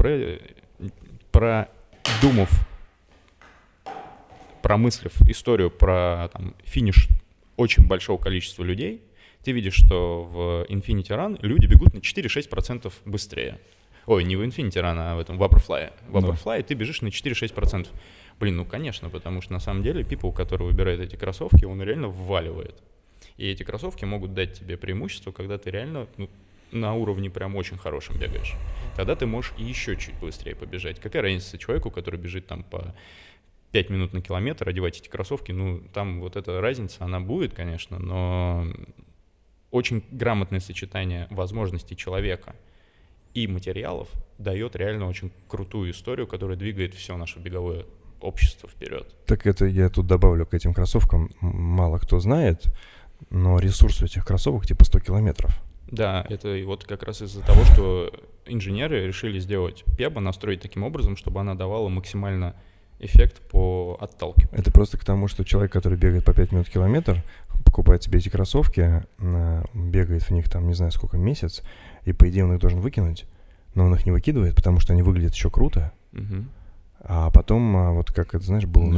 промыслив историю про финиш очень большого количества людей, ты видишь, что в Infinity Run люди бегут на 4-6% быстрее. Ой, не в Infinity Run, а в этом Vaporfly. В Vaporfly ты бежишь на 4-6%. Конечно, потому что на самом деле people, который выбирает эти кроссовки, он реально вваливает. И эти кроссовки могут дать тебе преимущество, когда ты реально на уровне прям очень хорошем бегаешь. Тогда ты можешь еще чуть быстрее побежать. Какая разница человеку, который бежит там по 5 минут на километр, одевать эти кроссовки? Там вот эта разница, она будет, конечно, но очень грамотное сочетание возможностей человека и материалов дает реально очень крутую историю, которая двигает все наше беговое общество вперед. Так это я тут добавлю к этим кроссовкам. Мало кто знает, но ресурс у этих кроссовок типа 100 километров. Да, это вот как раз из-за того, что инженеры решили сделать Пеба, настроить таким образом, чтобы она давала максимально эффект по отталкиванию. Это просто к тому, что человек, который бегает по 5 минут километр, покупает себе эти кроссовки, бегает в них там не знаю сколько, месяц, и по идее он их должен выкинуть, но он их не выкидывает, потому что они выглядят еще круто. Угу. А потом, вот как это, знаешь, было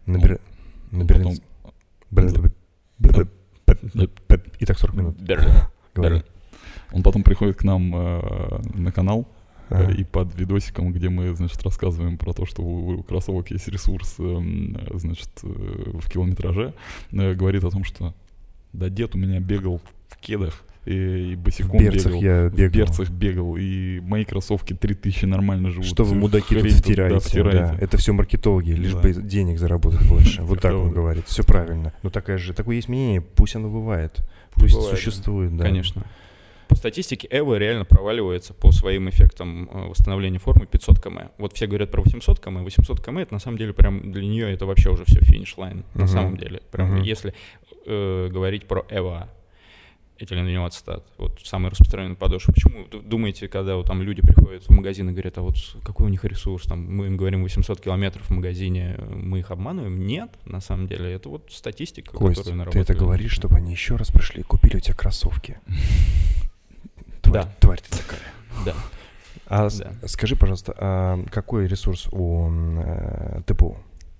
и так 40 минут. Говори. Он потом приходит к нам на канал, и под видосиком, где мы, значит, рассказываем про то, что у кроссовок есть ресурс, значит, в километраже, говорит о том, что да дед у меня бегал в кедах, и босиком бегал, в берцах бегал, и мои кроссовки 3000 нормально живут. Что вы, мудаки, тут втираете? Да, это все маркетологи, лишь бы денег заработать больше. Вот так он говорит, все правильно. Но такое есть мнение, пусть оно бывает, пусть существует. Да. Конечно. По статистике, Эва реально проваливается по своим эффектам восстановления формы 500 км. Вот все говорят про 800 км. 800 км, это на самом деле прям для нее это вообще уже все финиш-лайн. На самом деле. Прям если говорить про Эва, этиленовинилацетат, вот самый распространенный подошва. Почему думаете, когда вот, там люди приходят в магазин и говорят, а вот какой у них ресурс, там, мы им говорим 800 километров в магазине, мы их обманываем? Нет, на самом деле, это вот статистика, Кость, которая наработана. Ты это говоришь, чтобы они еще раз пришли и купили у тебя кроссовки. Тварь ты такая. Да. Скажи, пожалуйста, а какой ресурс у ТПУ?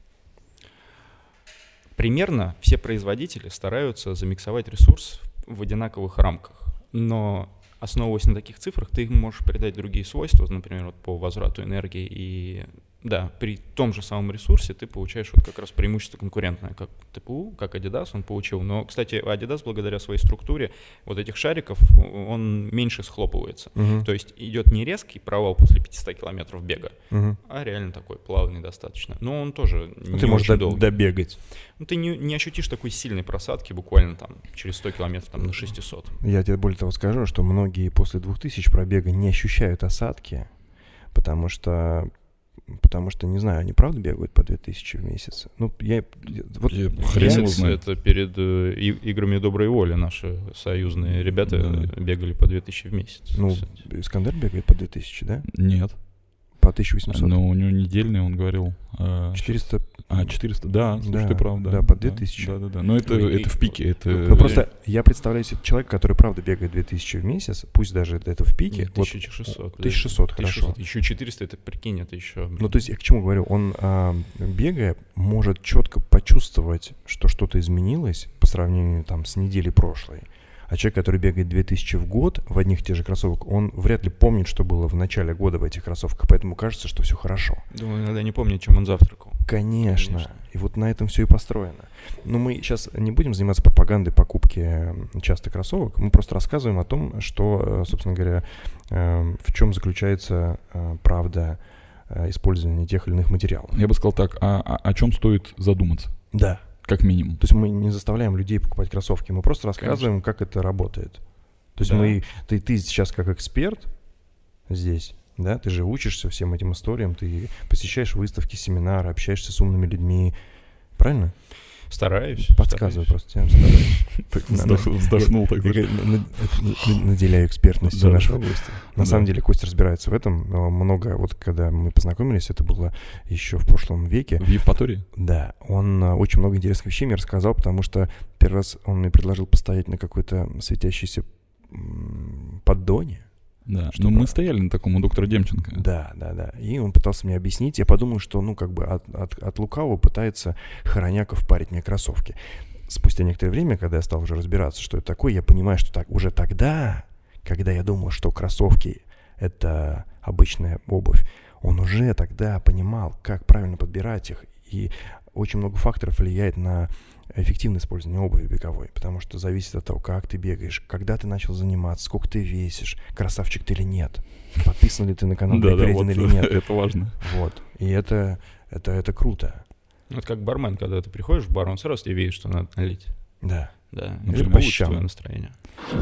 Примерно все производители стараются замиксовать ресурс в одинаковых рамках, но основываясь на таких цифрах, ты можешь передать другие свойства, например, вот по возврату энергии, и да, при том же самом ресурсе ты получаешь вот как раз преимущество конкурентное, как ТПУ, как Adidas он получил. Но, кстати, Adidas благодаря своей структуре вот этих шариков, он меньше схлопывается. То есть идет не резкий провал после 500 километров бега, а реально такой плавный достаточно. Но он тоже не ты можешь добегать. Ну, ты не ощутишь такой сильной просадки буквально там через 100 километров там, на 600. Я тебе более того скажу, что многие после 2000 пробега не ощущают осадки, потому что, не знаю, они правда бегают по 2000 в месяц? Ну, это перед играми доброй воли наши союзные ребята бегали по 2000 в месяц. Ну, Искандер бегает по 2000, да? Нет. По 1800. Но у него недельный, он говорил. 400. 400, да, слушай, ты прав, да. Да, по 2000. Да. Но это в пике. Ну, просто я представляю себе человека, который правда бегает 2000 в месяц, пусть даже это в пике. 1600. 1600, хорошо. Еще 400, это прикинь, это еще... Ну, то есть я к чему говорю? Он, бегая, может четко почувствовать, что что-то изменилось по сравнению там с неделей прошлой. А человек, который бегает 2000 в год в одних и тех же кроссовках, он вряд ли помнит, что было в начале года в этих кроссовках, поэтому кажется, что все хорошо. Думаю, иногда не помнит, чем он завтракал. Конечно. И вот на этом все и построено. Но мы сейчас не будем заниматься пропагандой покупки часто кроссовок, мы просто рассказываем о том, что, собственно говоря, в чем заключается правда использования тех или иных материалов. Я бы сказал так, о чем стоит задуматься? Да. Как минимум. То есть мы не заставляем людей покупать кроссовки, мы просто рассказываем, как это работает. То есть ты сейчас как эксперт здесь, да, ты же учишься всем этим историям, ты посещаешь выставки, семинары, общаешься с умными людьми, правильно? Стараюсь. Подсказываю просто. Вздохнул так. Наделяю экспертностью нашей области. На самом деле Костя разбирается в этом. Много, вот когда мы познакомились, это было еще в прошлом веке. В Евпатории? Да. Он очень много интересных вещей мне рассказал, потому что первый раз он мне предложил постоять на какой-то светящейся поддоне. Да, но мы стояли на таком у доктора Демченко. Да. И он пытался мне объяснить. Я подумал, что, от лукавого пытается Хороняк впарить мне кроссовки. Спустя некоторое время, когда я стал уже разбираться, что это такое, я понимаю, что уже тогда, когда я думал, что кроссовки — это обычная обувь, он уже тогда понимал, как правильно подбирать их. И очень много факторов влияет на эффективное использование обуви беговой, потому что зависит от того, как ты бегаешь, когда ты начал заниматься, сколько ты весишь, красавчик ты или нет, подписан ли ты на канал Бег-Редин или нет. Это важно. Вот. И это круто. Это как бармен, когда ты приходишь в бар, он сразу тебе видит, что надо налить. Да. Да, Между повышенное настроение.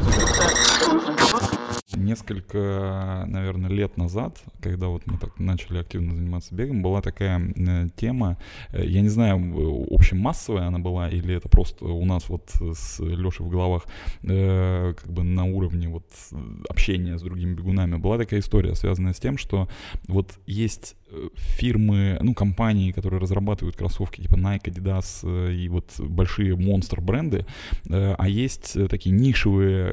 Несколько, наверное, лет назад, когда вот мы так начали активно заниматься бегом, была такая тема, я не знаю, общемассовая она была, или это просто у нас вот с Лешей в головах, как бы на уровне вот общения с другими бегунами, была такая история, связанная с тем, что вот есть фирмы, ну, компании, которые разрабатывают кроссовки типа Nike, Adidas и вот большие монстр-бренды, а есть такие нишевые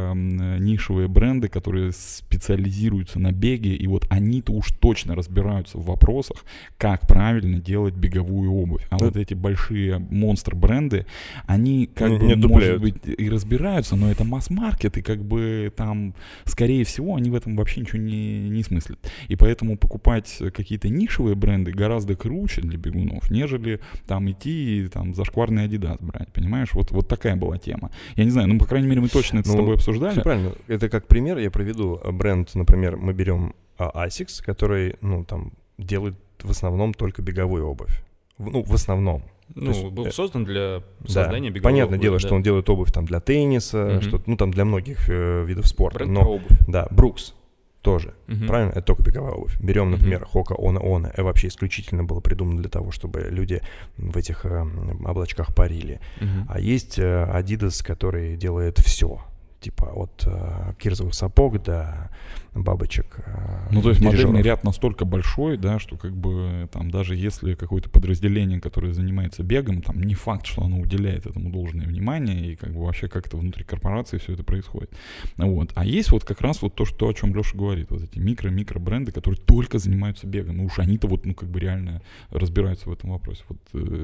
бренды, которые специализируются на беге, и вот они-то уж точно разбираются в вопросах, как правильно делать беговую обувь. А вот эти большие монстр-бренды, они как бы, может быть, и разбираются, но это масс-маркет, и как бы там, скорее всего, они в этом вообще ничего не смыслят. И поэтому покупать какие-то нишевые бренды гораздо круче для бегунов, нежели там идти и там зашкварный Adidas брать, понимаешь? Вот такая была тема. Я не знаю, ну, по крайней мере, мы точно это с тобой обсуждали. Правильно. Это как пример я приведу бренд, например, мы берем Asics, который, ну, там, делает в основном только беговую обувь. Ну, в основном. Ну, есть, был создан для создания беговой понятное обуви. Дело, что он делает обувь там для тенниса, что, ну, там для многих видов спорта. Бренд но про обувь. Да, Brooks тоже, правильно? Это только беговая обувь. Берем, например, Hoka Ona. Это вообще исключительно было придумано для того, чтобы люди в этих облачках парили. А есть Adidas, который делает все. Типа от кирзовых сапог до бабочек. Ну, то есть модельный ряд настолько большой, да, что как бы там даже если какое-то подразделение, которое занимается бегом, там не факт, что оно уделяет этому должное внимание, и как бы вообще как-то внутри корпорации все это происходит. Вот. А есть вот как раз вот то, о чем Леша говорит, вот эти микро бренды, которые только занимаются бегом. Ну уж они-то вот, ну, как бы реально разбираются в этом вопросе. Вот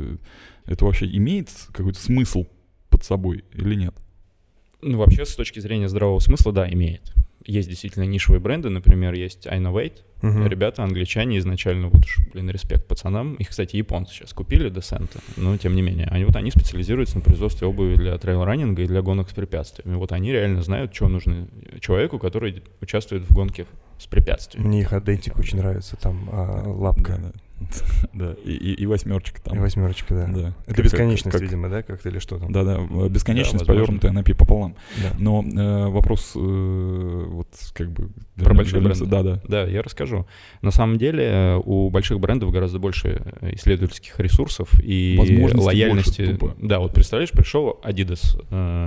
это вообще имеет какой-то смысл под собой или нет? Ну, вообще, с точки зрения здравого смысла, да, имеет. Есть действительно нишевые бренды, например, есть I Innovate. Ребята, англичане изначально, вот уж, респект пацанам. Их, кстати, японцы сейчас купили, Descent, но тем не менее. Они специализируются на производстве обуви для трейл-раннинга и для гонок с препятствиями. Вот они реально знают, что нужно человеку, который участвует в гонке с препятствиями. Мне их идентик очень нравится, там лапка. Да, и восьмерочка там. И восьмерочка, да. Это бесконечность, видимо, да, как-то или что там? Да, бесконечность, повернутая на пополам. Да. Но вопрос вот как бы... Про большие бренды. Да. Да, я расскажу. На самом деле у больших брендов гораздо больше исследовательских ресурсов и лояльности. Да, вот представляешь, пришел Adidas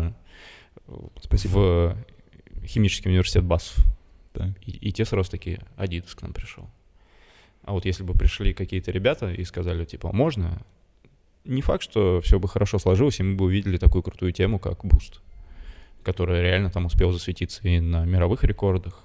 в химический университет Басов. И те сразу такие, Adidas к нам пришел. А вот если бы пришли какие-то ребята и сказали, типа, можно, не факт, что все бы хорошо сложилось, и мы бы увидели такую крутую тему, как Boost, которая реально там успела засветиться и на мировых рекордах.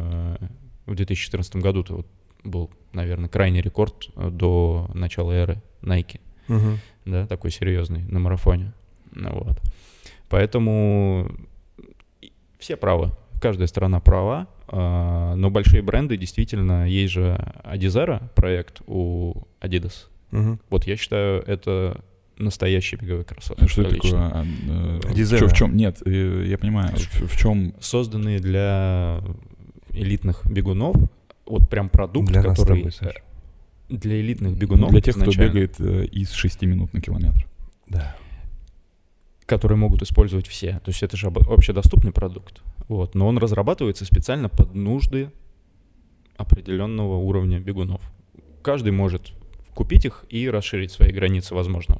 В 2014 году-то вот был, наверное, крайний рекорд до начала эры Nike, да, такой серьезный, на марафоне. Вот. Поэтому все правы. Каждая сторона права, но большие бренды действительно, есть же Adizero проект у Adidas. Вот я считаю, это настоящий беговой кроссовок. Что это такое? Adizero? В чем? Нет, я понимаю, в чем? Созданные для элитных бегунов, вот прям продукт, для который... Нас с тобой, для элитных бегунов. Для тех, кто бегает из 6 минут на километр. Да. Которые могут использовать все. То есть это же общедоступный продукт. Вот. Но он разрабатывается специально под нужды определенного уровня бегунов. Каждый может купить их и расширить свои границы возможного.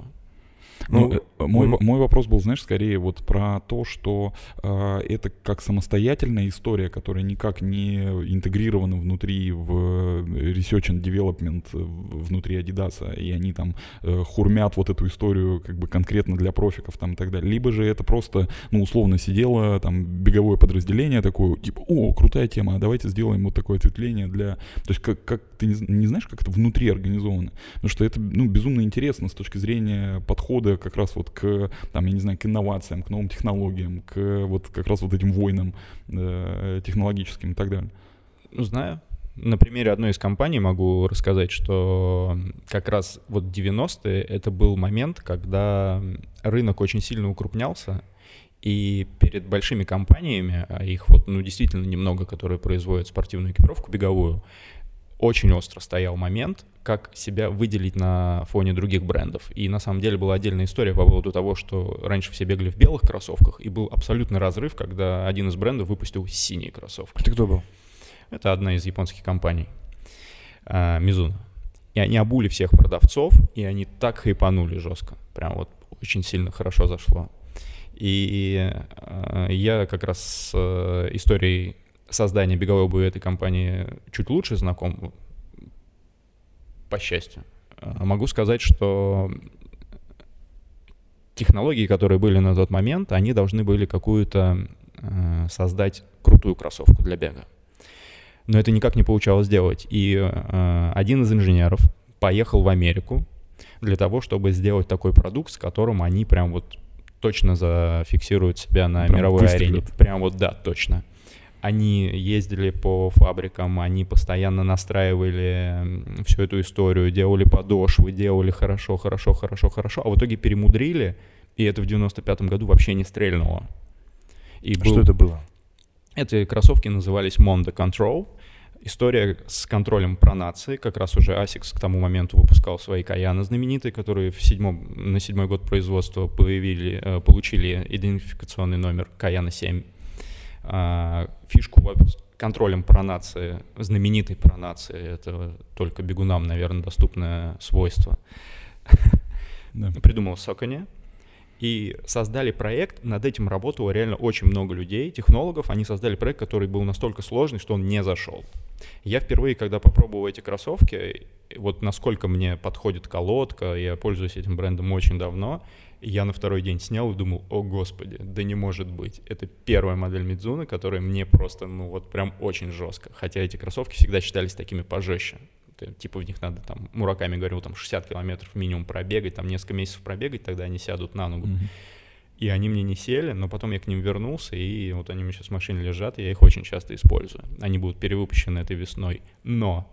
Мой вопрос был, знаешь, скорее вот про то, что это как самостоятельная история, которая никак не интегрирована внутри в research and development внутри Adidas, и они там хурмят вот эту историю как бы конкретно для профиков там и так далее. Либо же это просто, ну, условно сидело там беговое подразделение такое, типа, о, крутая тема, давайте сделаем вот такое ответвление для... То есть как ты не знаешь, как это внутри организовано? Потому что это, ну, безумно интересно с точки зрения подхода как раз вот к, там, я не знаю, к инновациям, к новым технологиям, к вот как раз вот этим войнам технологическим и так далее. Ну, знаю. На примере одной из компаний могу рассказать, что как раз вот 90-е это был момент, когда рынок очень сильно укрупнялся, и перед большими компаниями, а их вот, ну, действительно немного, которые производят спортивную экипировку беговую, очень остро стоял момент, как себя выделить на фоне других брендов. И на самом деле была отдельная история по поводу того, что раньше все бегали в белых кроссовках, и был абсолютный разрыв, когда один из брендов выпустил синие кроссовки. Это кто был? Это одна из японских компаний, Mizuno. И они обули всех продавцов, и они так хайпанули жестко. Прям вот очень сильно хорошо зашло. И я как раз с историей создания беговой обуви этой компании чуть лучше знаком, по счастью. Могу сказать, что технологии, которые были на тот момент, они должны были какую-то создать крутую кроссовку для бега. Но это никак не получалось сделать. И один из инженеров поехал в Америку для того, чтобы сделать такой продукт, с которым они прям вот точно зафиксируют себя на прям мировой арене. Прям вот, да, точно. Они ездили по фабрикам, они постоянно настраивали всю эту историю, делали подошвы, делали хорошо, а в итоге перемудрили, и это в 95-м году вообще не стрельнуло. Что это было? Эти кроссовки назывались Mondo Control. История с контролем пронации. Как раз уже ASICS к тому моменту выпускал свои Каяны знаменитые, которые на 7-й год производства получили идентификационный номер Каяна 7. Фишку контролем пронации, знаменитой пронации, это только бегунам, наверное, доступное свойство, придумал Saucony. И создали проект, над этим работало реально очень много людей, технологов. Они создали проект, который был настолько сложный, что он не зашел. Я впервые, когда попробовал эти кроссовки, вот насколько мне подходит колодка, я пользуюсь этим брендом очень давно, я на второй день снял и думал, о господи, да не может быть. Это первая модель Mizuno, которая мне просто, ну вот прям очень жестко. Хотя эти кроссовки всегда считались такими пожестче. Типа в них надо, там, Мураками говорил, там 60 километров минимум пробегать, там несколько месяцев пробегать, тогда они сядут на ногу. И они мне не сели, но потом я к ним вернулся, и вот они у меня сейчас в машине лежат, и я их очень часто использую. Они будут перевыпущены этой весной. Но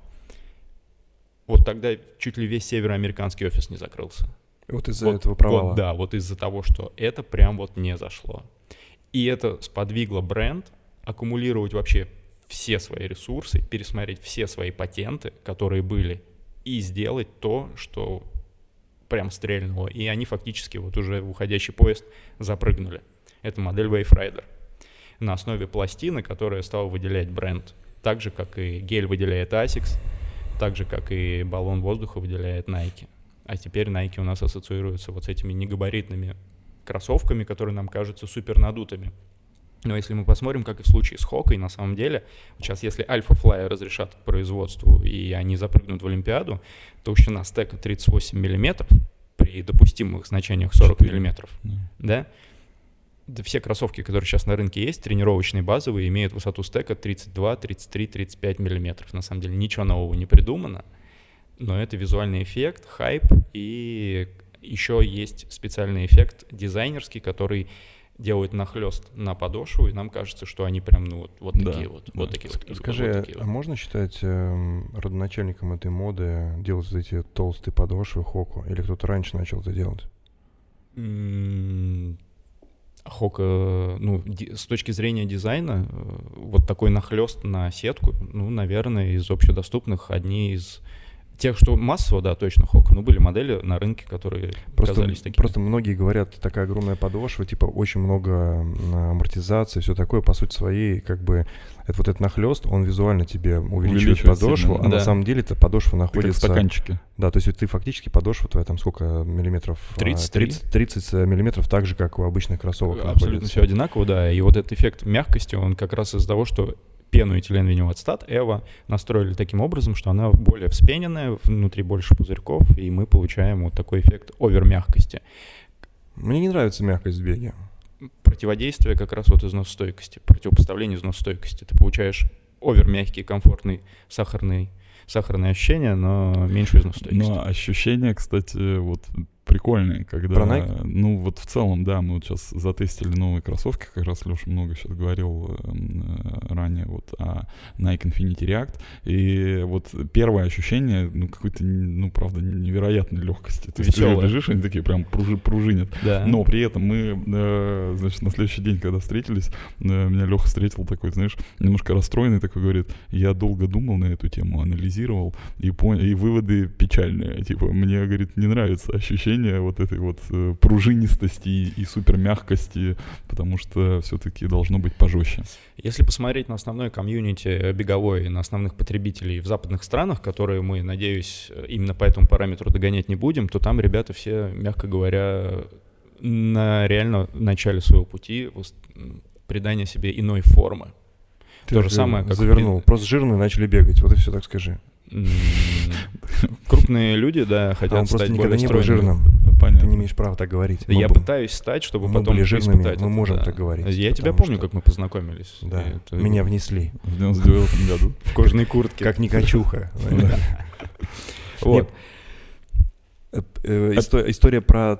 вот тогда чуть ли весь североамериканский офис не закрылся. Вот из-за этого провала. Вот, да, вот из-за того, что это прям вот не зашло. И это сподвигло бренд аккумулировать вообще все свои ресурсы, пересмотреть все свои патенты, которые были, и сделать то, что прям стрельнуло. И они фактически вот уже в уходящий поезд запрыгнули. Это модель Wave Rider. На основе пластины, которая стала выделять бренд. Так же, как и гель выделяет ASICS, так же, как и баллон воздуха выделяет Nike. А теперь Nike у нас ассоциируется вот с этими негабаритными кроссовками, которые нам кажутся супер надутыми. Но если мы посмотрим, как и в случае с Хокой, на самом деле, сейчас если Alpha Fly разрешат к производству и они запрыгнут в Олимпиаду, толщина стека 38 мм при допустимых значениях 40 мм, да? Да все кроссовки, которые сейчас на рынке есть, тренировочные базовые, имеют высоту стека 32, 33, 35 мм. На самом деле ничего нового не придумано, но это визуальный эффект, хайп, и еще есть специальный эффект дизайнерский, который делают нахлест на подошву, и нам кажется, что они прям, ну, вот такие вот. Скажи, вот такие а можно считать родоначальником этой моды делать эти толстые подошвы Хоку? Или кто-то раньше начал это делать? Хока, ну, с точки зрения дизайна, вот такой нахлест на сетку, ну, наверное, из общедоступных одни из тех, что массово, да, точно Хока, но были модели на рынке, которые казались такими. Просто многие говорят, такая огромная подошва, типа очень много амортизации, все такое, по сути своей, как бы, это вот этот нахлест, он визуально тебе увеличивает подошву, сильно, на самом деле эта подошва находится... Как в стаканчике. Да, то есть ты фактически подошва твоя, там сколько миллиметров? 30 миллиметров, так же, как у обычных кроссовок. Абсолютно находится. Все одинаково, да, и вот этот эффект мягкости, он как раз из-за того, что пеноэтиленвинилацетат EVA настроили таким образом, что она более вспененная, внутри больше пузырьков, и мы получаем вот такой эффект овермягкости. Мне не нравится мягкость в беге. Противодействие как раз вот износостойкости, противопоставление износостойкости. Ты получаешь овермягкий, комфортный, сахарные ощущения, но меньше износостойкости. Но ощущения, кстати, вот прикольный, когда... Про Nike? Ну, вот в целом, да, мы вот сейчас затестили новые кроссовки, как раз Леша много сейчас говорил ранее вот о Nike Infinity React, и вот первое ощущение, ну, какой-то, ну, правда, невероятной легкости. То есть ты лежишь, они такие прям пружинят. Да. Но при этом мы, значит, на следующий день, когда встретились, меня Леха встретил такой, знаешь, немножко расстроенный, такой говорит, я долго думал на эту тему, анализировал, и выводы печальные. Типа, мне, говорит, не нравится ощущение вот этой вот пружинистости и супермягкости, потому что все-таки должно быть пожестче. Если посмотреть на основной комьюнити беговой, на основных потребителей в западных странах, которые мы, надеюсь, именно по этому параметру догонять не будем, то там ребята все, мягко говоря, на реально начале своего пути придания себе иной формы. Ты то же самое, как... Завернул. Просто жирные начали бегать, вот и все, так скажи. Крупные люди, да, хотят стать более стройными. Он просто никогда не был жирным. Понятно. Ты не имеешь права так говорить. Я пытаюсь стать, чтобы потом были жирными, испытать мы это, можем да. так говорить. Я тебя помню, как мы познакомились. Да, меня внесли. В 99-м году. В кожаной куртке. Как Никачуха. Вот. История про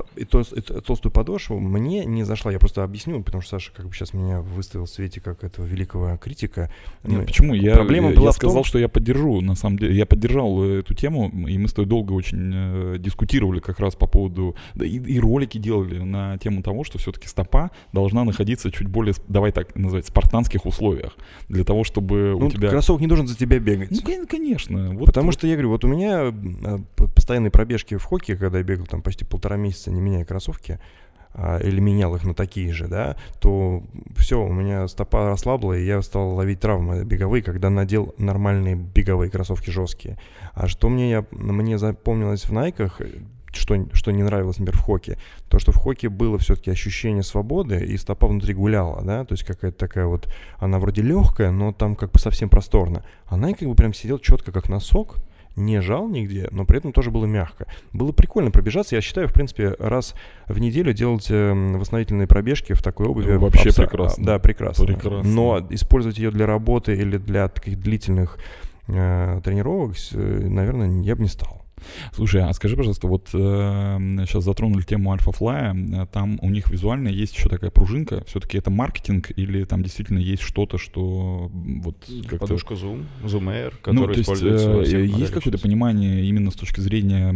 толстую подошву мне не зашла. Я просто объясню, потому что Саша как бы сейчас меня выставил в свете как этого великого критика. Нет, почему? Проблема была я в сказал, том, что я поддержу. На самом деле, я поддержал эту тему, и мы с тобой долго очень дискутировали как раз по поводу... Да, и ролики делали на тему того, что все-таки стопа должна находиться чуть более, давай так называть, спартанских условиях. Для того, чтобы у тебя... Кроссовок не должен за тебя бегать. Ну, конечно. Вот, потому что, я говорю, вот у меня постоянные пробежки в хоккее, когда я бегал там почти 1,5 месяца, не меняя кроссовки, или менял их на такие же, да, то все, у меня стопа расслабла, и я стал ловить травмы беговые, когда надел нормальные беговые кроссовки жесткие. А что мне запомнилось в Найках, что не нравилось, например, в хоккее, то, что в хоккее было все-таки ощущение свободы, и стопа внутри гуляла, да, то есть какая-то такая вот, она вроде легкая, но там как бы совсем просторно. А Найк как бы прям сидел четко как носок, не жал нигде, но при этом тоже было мягко. Было прикольно пробежаться. Я считаю, в принципе, раз в неделю делать восстановительные пробежки в такой обуви. Вообще прекрасно. Да, прекрасно. Но использовать ее для работы или для таких длительных тренировок, наверное, я бы не стал. Слушай, а скажи, пожалуйста, вот сейчас затронули тему Альфа-Флая, там у них визуально есть еще такая пружинка, все-таки это маркетинг или там действительно есть что-то, что вот как-то... Подушка Zoom Air, которая используется во всех есть какое-то понимание именно с точки зрения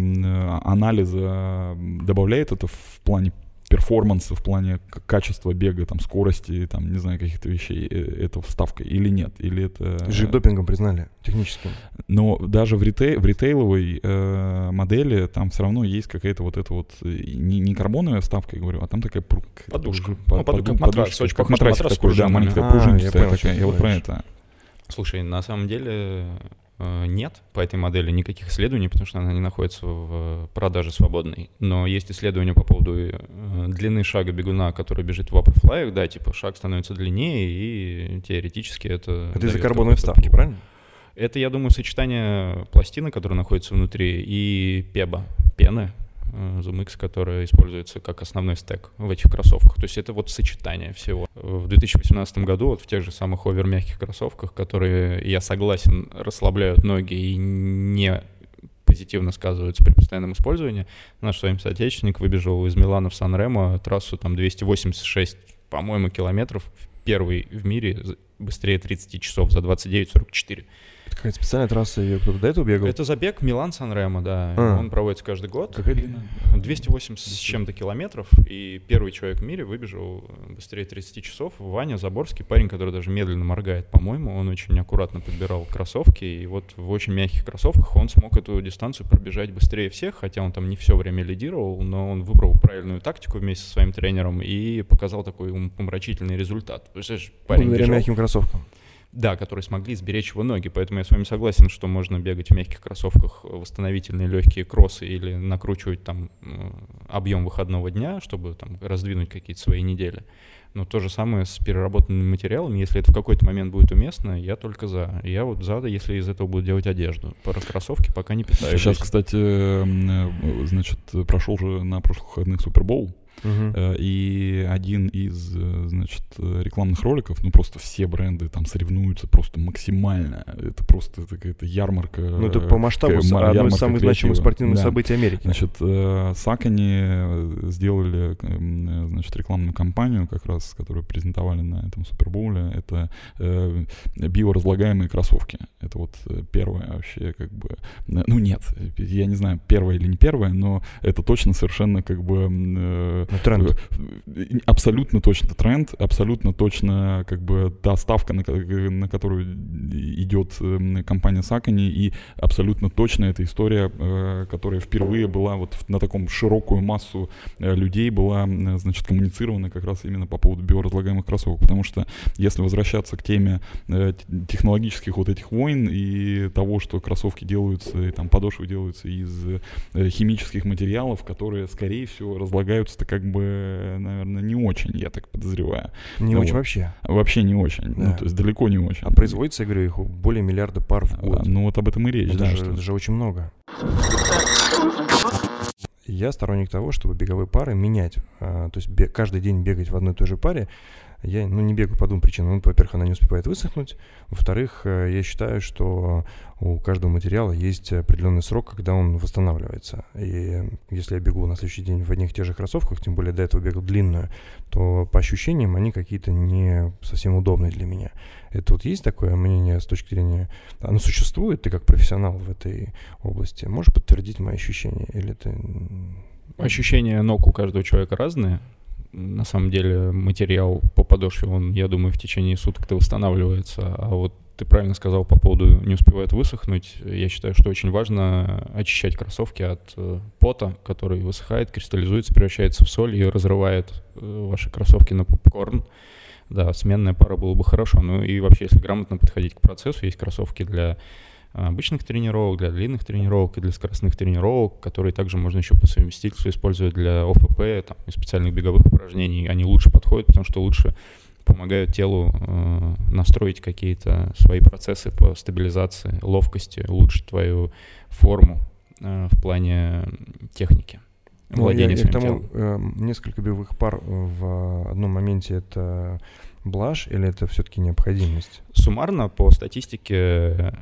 анализа, добавляет это в плане перформанса, в плане качества бега, там, скорости, там, не знаю, каких-то вещей, это вставка или нет? Или это... Же допингом признали, техническим. Но даже в ритейловой модели там все равно есть какая-то вот эта вот, не карбоновая вставка, я говорю, а там такая подушка. Как матрас, очень как похож на матрасик матрас такой, да, маленькая пружинчатая такая. Я вот про это. Слушай, на самом деле нет по этой модели никаких исследований, потому что она не находится в продаже свободной. Но есть исследования по поводу длины шага бегуна, который бежит в Vaporfly. Да, типа шаг становится длиннее, и теоретически это... Это из-за карбоновой вставки, правильно? Это, я думаю, сочетание пластины, которая находится внутри, и пены, Zoom X, которая используется как основной стек в этих кроссовках. То есть это вот сочетание всего. В 2018 году вот в тех же самых овермягких кроссовках, которые, я согласен, расслабляют ноги и не позитивно сказываются при постоянном использовании, наш с вами соотечественник выбежал из Милана в Сан-Ремо трассу там 286, по-моему, километров, первый в мире быстрее 30 часов за 29:44. Это какая-то специальная трасса, ее кто-то до этого бегал? Это забег Милан-Сан-Ремо, да. Он проводится каждый год. Какая длина? 280 с чем-то километров. И первый человек в мире выбежал быстрее 30 часов. Ваня Заборский, парень, который даже медленно моргает, по-моему. Он очень аккуратно подбирал кроссовки. И вот в очень мягких кроссовках он смог эту дистанцию пробежать быстрее всех. Хотя он там не все время лидировал, но он выбрал правильную тактику вместе со своим тренером и показал такой умопомрачительный результат. Парень благодаря мягким кроссовкам. Да, которые смогли сберечь его ноги. Поэтому я с вами согласен, что можно бегать в мягких кроссовках, восстановительные легкие кроссы или накручивать там объем выходного дня, чтобы там раздвинуть какие-то свои недели. Но то же самое с переработанными материалами. Если это в какой-то момент будет уместно, я только за. Я вот за, если из этого буду делать одежду. Про кроссовки пока не питаюсь. Сейчас, кстати, значит, прошел же на прошлых выходных Супербоул. И один из, значит, рекламных роликов, ну просто все бренды там соревнуются просто максимально. Это просто какая-то ярмарка. Ну это по масштабу одно из самых значимых спортивных событий Америки. Значит, Saucony сделали, значит, рекламную кампанию, как раз, которую презентовали на этом Супербоуле. Это биоразлагаемые кроссовки. Это вот первое вообще, как бы, ну нет, я не знаю, первое или не первое, но это точно совершенно как бы тренд. Абсолютно точно тренд, абсолютно точно как бы та ставка, на которую идет компания Saucony, и абсолютно точно эта история, которая впервые была вот на таком широкую массу людей была, значит, коммуницирована как раз именно по поводу биоразлагаемых кроссовок, потому что если возвращаться к теме технологических вот этих войн и того, что кроссовки делаются, и там подошвы делаются из химических материалов, которые, скорее всего, разлагаются-то как бы, наверное, не очень, я так подозреваю. Не очень вообще? Вообще не очень, да. Ну, то есть далеко не очень. А производится, я говорю, их более миллиарда пар в год. Ну вот об этом и речь. Это же очень много. Я сторонник того, чтобы беговые пары менять. То есть каждый день бегать в одной и той же паре. Я не бегаю по двум причинам. Во-первых, она не успевает высохнуть. Во-вторых, я считаю, что у каждого материала есть определенный срок, когда он восстанавливается. И если я бегу на следующий день в одних и тех же кроссовках, тем более до этого бегал длинную, то по ощущениям они какие-то не совсем удобные для меня. Это вот есть такое мнение с точки зрения... Оно существует, ты как профессионал в этой области. Можешь подтвердить мои ощущения? Или ты... Ощущения ног у каждого человека разные. На самом деле материал по подошве, он, я думаю, в течение суток-то восстанавливается. А вот ты правильно сказал по поводу не успевает высохнуть. Я считаю, что очень важно очищать кроссовки от пота, который высыхает, кристаллизуется, превращается в соль и разрывает ваши кроссовки на попкорн. Да, сменная пара было бы хорошо. Ну и вообще, если грамотно подходить к процессу, есть кроссовки для обычных тренировок, для длинных тренировок и для скоростных тренировок, которые также можно еще по совместительству использовать для ОФП, там, и специальных беговых упражнений. Они лучше подходят, потому что лучше помогают телу настроить какие-то свои процессы по стабилизации, ловкости, улучшить твою форму в плане техники. Владение своим телом. Несколько беговых пар в одном моменте — это блажь или это все-таки необходимость? Суммарно, по статистике,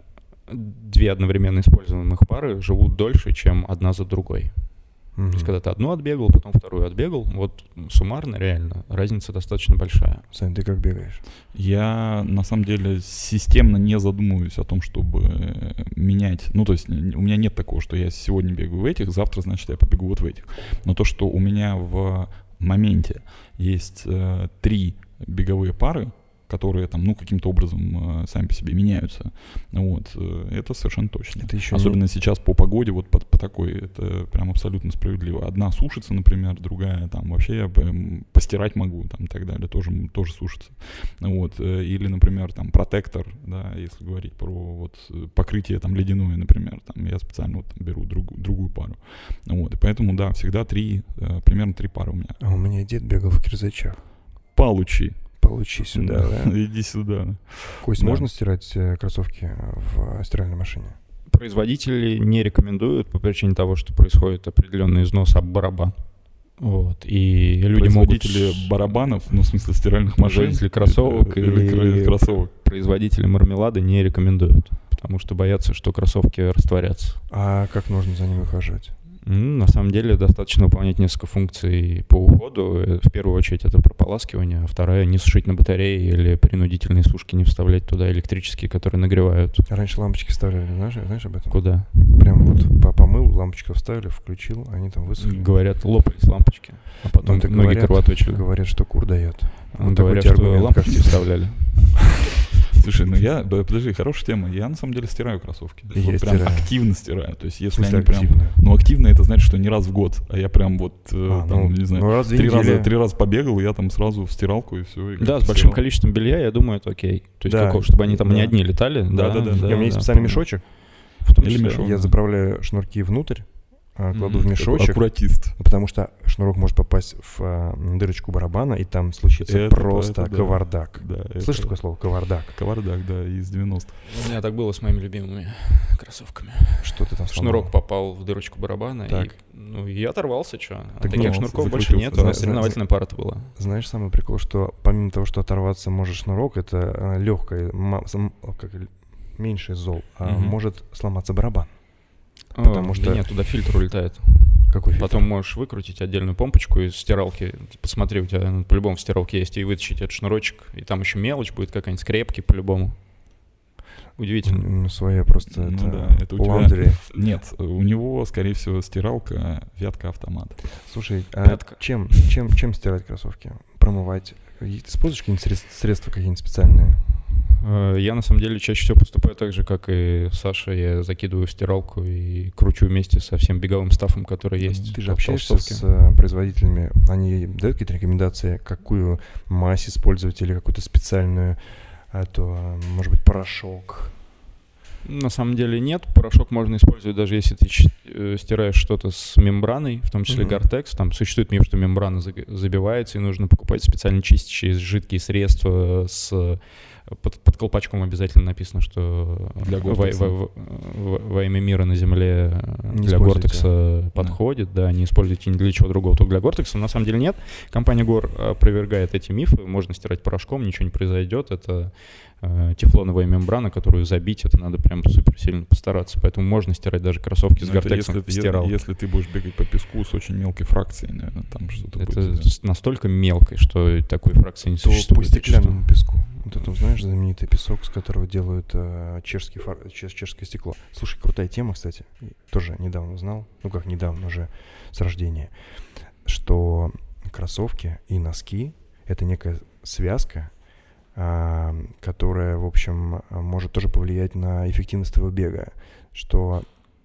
2 одновременно используемых пары живут дольше, чем одна за другой. То есть, когда ты одну отбегал, потом вторую отбегал, вот суммарно реально разница достаточно большая. Сань, ты как бегаешь? Я, на самом деле, системно не задумываюсь о том, чтобы менять. Ну, то есть, у меня нет такого, что я сегодня бегаю в этих, завтра, значит, я побегу вот в этих. Но то, что у меня в моменте есть 3 беговые пары, которые там, ну, каким-то образом сами по себе меняются. Вот, это совершенно точно. Это еще особенно сейчас по погоде, вот по такой, это прям абсолютно справедливо. Одна сушится, например, другая там вообще я постирать могу, там, и так далее, тоже сушится. Вот, или, например, там, протектор, да, если говорить про вот покрытие там ледяное, например, там, я специально вот беру другую пару. Вот, и поэтому, да, всегда примерно 3 пары у меня. А у меня дед бегал в кирзачах. Получи сюда, да? Иди сюда. Кость, можно стирать кроссовки в стиральной машине? Производители не рекомендуют по причине того, что происходит определенный износ об барабан. Вот. И люди производители барабанов, ну, в смысле стиральных машин. Производители кроссовок и кроссовок. Производители мармелада не рекомендуют, потому что боятся, что кроссовки растворятся. А как нужно за ними ухаживать? На самом деле достаточно выполнять несколько функций по уходу. В первую очередь это прополаскивание, а вторая — не сушить на батарее или принудительные сушки не вставлять туда электрические, которые нагревают. Раньше лампочки вставляли, знаешь об этом? Куда? Прям вот помыл, лампочку вставили, включил, они там высохли. Говорят, лопались лампочки, а потом ноги кровоточили. Говорят, что кур дает. Вот говорят, что лампочки вставляли. Слушай, подожди, хорошая тема. Я на самом деле стираю кроссовки. Я вот прям активно стираю. То есть если они прям... Ну, активно это значит, что не раз в год. А я прям вот, не знаю, 3 раза побегал, и я там сразу в стиралку и все. Да, с большим количеством белья, я думаю, это окей. То есть чтобы они там не одни летали. Да. У меня есть специальный мешочек. Или мешок. Я заправляю шнурки внутрь, кладу в мешочек. Аккуратист. Потому что шнурок может попасть в дырочку барабана, и там случится просто кавардак. Да, Слышишь такое слово? Кавардак. Кавардак, да, из 90-х. У меня так было с моими любимыми кроссовками. Что ты там Шнурок попал в дырочку барабана, и оторвался, что. А Так таких шнурков больше нет, у нас соревновательная пара-то была. Знаешь, самый прикол, что помимо того, что оторваться может шнурок, это легкое, меньше зол, может сломаться барабан. Потому что... нет, туда фильтр улетает. Какой фильтр? Потом можешь выкрутить отдельную помпочку из стиралки. Посмотри, у тебя по-любому в стиралке есть, и вытащить этот шнурочек. И там еще мелочь будет какая-нибудь, скрепки по-любому. Удивительно. Своя просто это у тебя... Нет, у него, скорее всего, стиралка, вятка автомат. Слушай, а чем стирать кроссовки? Промывать? Ты используешь какие-нибудь средства какие-нибудь специальные? Я, на самом деле, чаще всего поступаю так же, как и Саша. Я закидываю в стиралку и кручу вместе со всем беговым стафом, который есть. Ты же общаешься с производителями. Они дают какие-то рекомендации, какую мазь использовать или какую-то специальную, может быть, порошок? На самом деле нет. Порошок можно использовать, даже если ты стираешь что-то с мембраной, в том числе Gore-Tex. Там существует миф, что мембрана забивается, и нужно покупать специально чистящие жидкие средства под колпачком обязательно написано, что для во имя мира на земле для Gore-Tex подходит, не используйте ни для чего другого, только для Gore-Tex. На самом деле нет. Компания Gore опровергает эти мифы. Можно стирать порошком, ничего не произойдет. Это тефлоновая мембрана, которую забить, это надо прям супер сильно постараться. Поэтому можно стирать даже кроссовки с Gore-Tex в стиралке. Если ты будешь бегать по песку с очень мелкой фракцией, наверное, там что-то это будет. Это настолько мелкой, что такой фракции не существует. По стеклянному песку. Вот это, знаешь, знаменитый песок, с которого делают чешское стекло. Слушай, крутая тема, кстати. Тоже недавно узнал, недавно, уже с рождения, что кроссовки и носки — это некая связка, которая, в общем, может тоже повлиять на эффективность твоего бега, что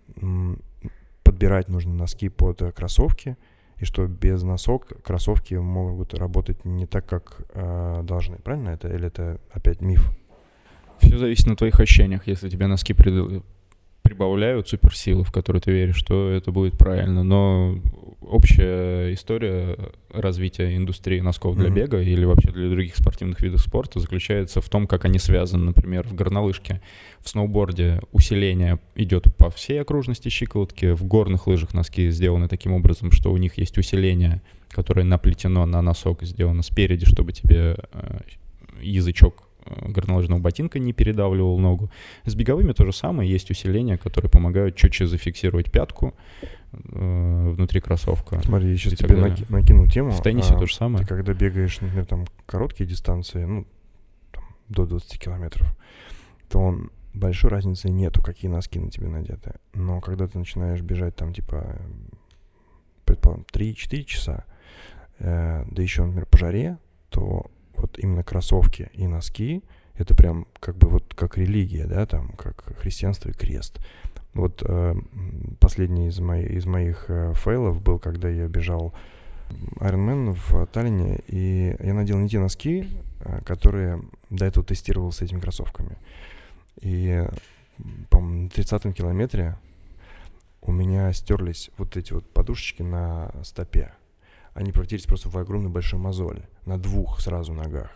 подбирать нужно носки под кроссовки, и что без носок кроссовки могут работать не так, как должны. Правильно это? Или это опять миф? Все зависит на твоих ощущениях. Если тебе носки прибавляют суперсилы, в которые ты веришь, то это будет правильно. Но общая история развития индустрии носков для бега или вообще для других спортивных видов спорта заключается в том, как они связаны. Например, в горнолыжке, в сноуборде усиление идет по всей окружности щиколотки, в горных лыжах носки сделаны таким образом, что у них есть усиление, которое наплетено на носок, сделано спереди, чтобы тебе язычок горнолыжного ботинка не передавливал ногу. С беговыми то же самое, есть усиления, которые помогают четче зафиксировать пятку внутри кроссовка. Смотри, я сейчас тебе накину тему. В теннисе то же самое. Ты когда бегаешь, например, там короткие дистанции, до 20 километров, то большой разницы нету, какие носки на тебе надеты. Но когда ты начинаешь бежать там, предположим, 3-4 часа, да еще, например, по жаре, то вот именно кроссовки и носки — это прям как религия, да, там, как христианство и крест. Вот последний из моих фейлов был, когда я бежал Ironman в Таллине, и я надел не те носки, которые до этого тестировал с этими кроссовками. И, по-моему, на 30-м километре у меня стерлись вот эти вот подушечки на стопе. Они превратились просто в огромный большой мозоль на 2 сразу ногах.